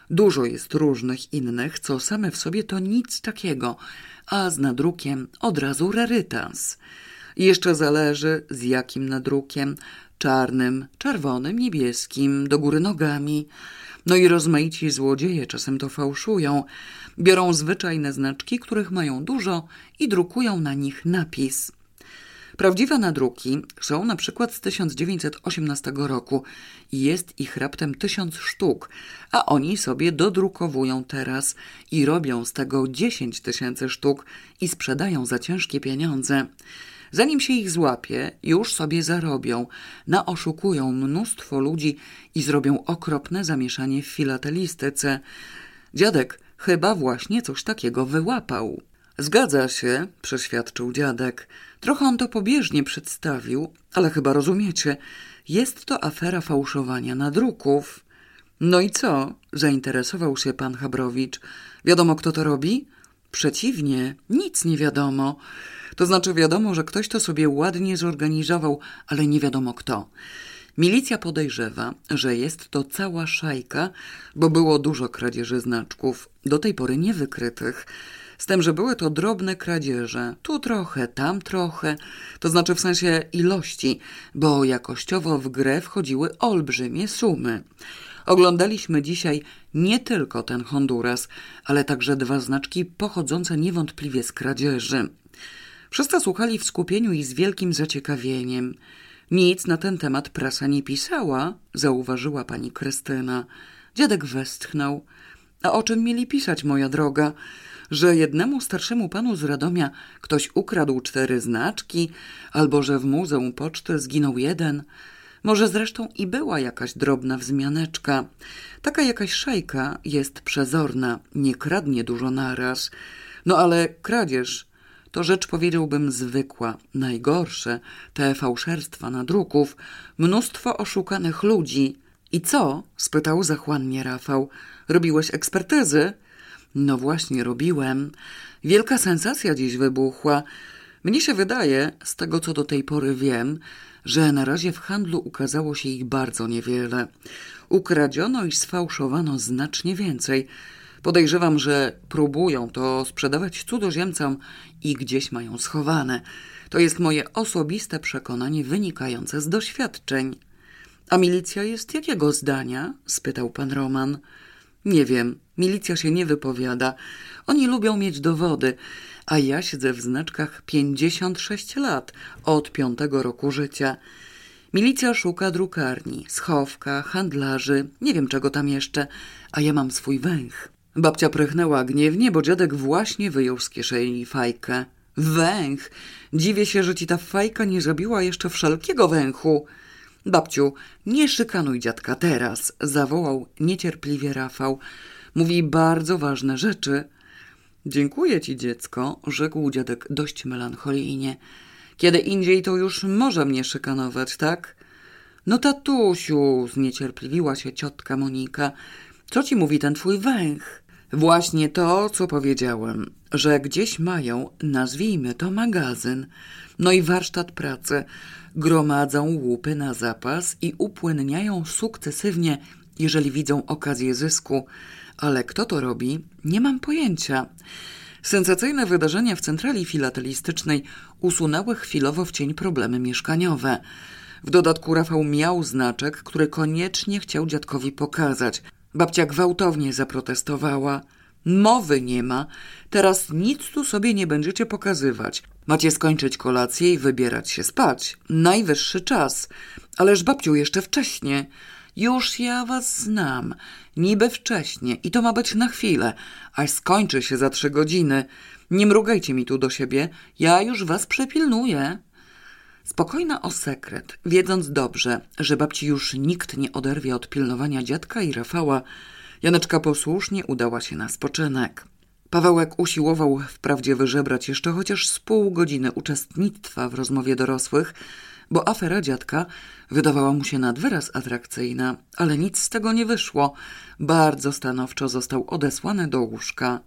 Dużo jest różnych innych, co same w sobie to nic takiego, a z nadrukiem od razu rarytas. I jeszcze zależy z jakim nadrukiem, czarnym, czerwonym, niebieskim, do góry nogami. No i rozmaici złodzieje czasem to fałszują. Biorą zwyczajne znaczki, których mają dużo i drukują na nich napis. Prawdziwe nadruki są na przykład z tysiąc dziewięćset osiemnastego roku i jest ich raptem tysiąc sztuk, a oni sobie dodrukowują teraz i robią z tego dziesięć tysięcy sztuk i sprzedają za ciężkie pieniądze. Zanim się ich złapie, już sobie zarobią, naoszukują mnóstwo ludzi i zrobią okropne zamieszanie w filatelistyce. Dziadek chyba właśnie coś takiego wyłapał. Zgadza się, przeświadczył dziadek. Trochę on to pobieżnie przedstawił, ale chyba rozumiecie, jest to afera fałszowania nadruków. No i co? Zainteresował się pan Chabrowicz. Wiadomo, kto to robi? Przeciwnie, nic nie wiadomo. To znaczy wiadomo, że ktoś to sobie ładnie zorganizował, ale nie wiadomo kto. Milicja podejrzewa, że jest to cała szajka, bo było dużo kradzieży znaczków, do tej pory niewykrytych. Z tym, że były to drobne kradzieże, tu trochę, tam trochę, to znaczy w sensie ilości, bo jakościowo w grę wchodziły olbrzymie sumy. Oglądaliśmy dzisiaj nie tylko ten Honduras, ale także dwa znaczki pochodzące niewątpliwie z kradzieży. Wszyscy słuchali w skupieniu i z wielkim zaciekawieniem. Nic na ten temat prasa nie pisała, zauważyła pani Krystyna. Dziadek westchnął. A o czym mieli pisać, moja droga? Że jednemu starszemu panu z Radomia ktoś ukradł cztery znaczki, albo że w Muzeum Poczty zginął jeden. Może zresztą i była jakaś drobna wzmianeczka. Taka jakaś szajka jest przezorna, nie kradnie dużo naraz. No ale kradzież to rzecz, powiedziałbym, zwykła. Najgorsze, te fałszerstwa nadruków, mnóstwo oszukanych ludzi. I co? Spytał zachłannie Rafał. Robiłeś ekspertyzy? No właśnie, robiłem. Wielka sensacja dziś wybuchła. Mnie się wydaje, z tego co do tej pory wiem, że na razie w handlu ukazało się ich bardzo niewiele. Ukradziono i sfałszowano znacznie więcej. Podejrzewam, że próbują to sprzedawać cudzoziemcom i gdzieś mają schowane. To jest moje osobiste przekonanie wynikające z doświadczeń. A milicja jest jakiego zdania? Spytał pan Roman. Nie wiem, milicja się nie wypowiada. Oni lubią mieć dowody, a ja siedzę w znaczkach pięćdziesiąt sześć lat, od piątego roku życia. Milicja szuka drukarni, schowka, handlarzy, nie wiem czego tam jeszcze, a ja mam swój węch. Babcia prychnęła gniewnie, bo dziadek właśnie wyjął z kieszeni fajkę. Węch! Dziwię się, że ci ta fajka nie zabiła jeszcze wszelkiego węchu. Babciu, nie szykanuj dziadka teraz, zawołał niecierpliwie Rafał. Mówi bardzo ważne rzeczy. Dziękuję ci, dziecko, rzekł dziadek dość melancholijnie. Kiedy indziej to już może mnie szykanować, tak? No tatusiu, zniecierpliwiła się ciotka Monika. Co ci mówi ten twój węch? Właśnie to, co powiedziałem, że gdzieś mają, nazwijmy to magazyn, no i warsztat pracy. Gromadzą łupy na zapas i upłynniają sukcesywnie, jeżeli widzą okazję zysku. Ale kto to robi? Nie mam pojęcia. Sensacyjne wydarzenia w centrali filatelistycznej usunęły chwilowo w cień problemy mieszkaniowe. W dodatku Rafał miał znaczek, który koniecznie chciał dziadkowi pokazać. Babcia gwałtownie zaprotestowała. Mowy nie ma. Teraz nic tu sobie nie będziecie pokazywać. Macie skończyć kolację i wybierać się spać. Najwyższy czas. Ależ babciu, jeszcze wcześnie. Już ja was znam. Niby wcześnie i to ma być na chwilę, aż skończy się za trzy godziny. Nie mrugajcie mi tu do siebie. Ja już was przepilnuję. Spokojna o sekret, wiedząc dobrze, że babci już nikt nie oderwie od pilnowania dziadka i Rafała, Janeczka posłusznie udała się na spoczynek. Pawełek usiłował wprawdzie wyżebrać jeszcze chociaż z pół godziny uczestnictwa w rozmowie dorosłych, bo afera dziadka wydawała mu się nad wyraz atrakcyjna, ale nic z tego nie wyszło. Bardzo stanowczo został odesłany do łóżka.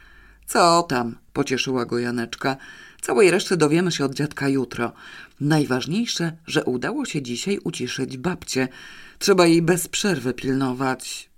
Co tam? Pocieszyła go Janeczka. Całej reszty dowiemy się od dziadka jutro. Najważniejsze, że udało się dzisiaj uciszyć babcię. Trzeba jej bez przerwy pilnować.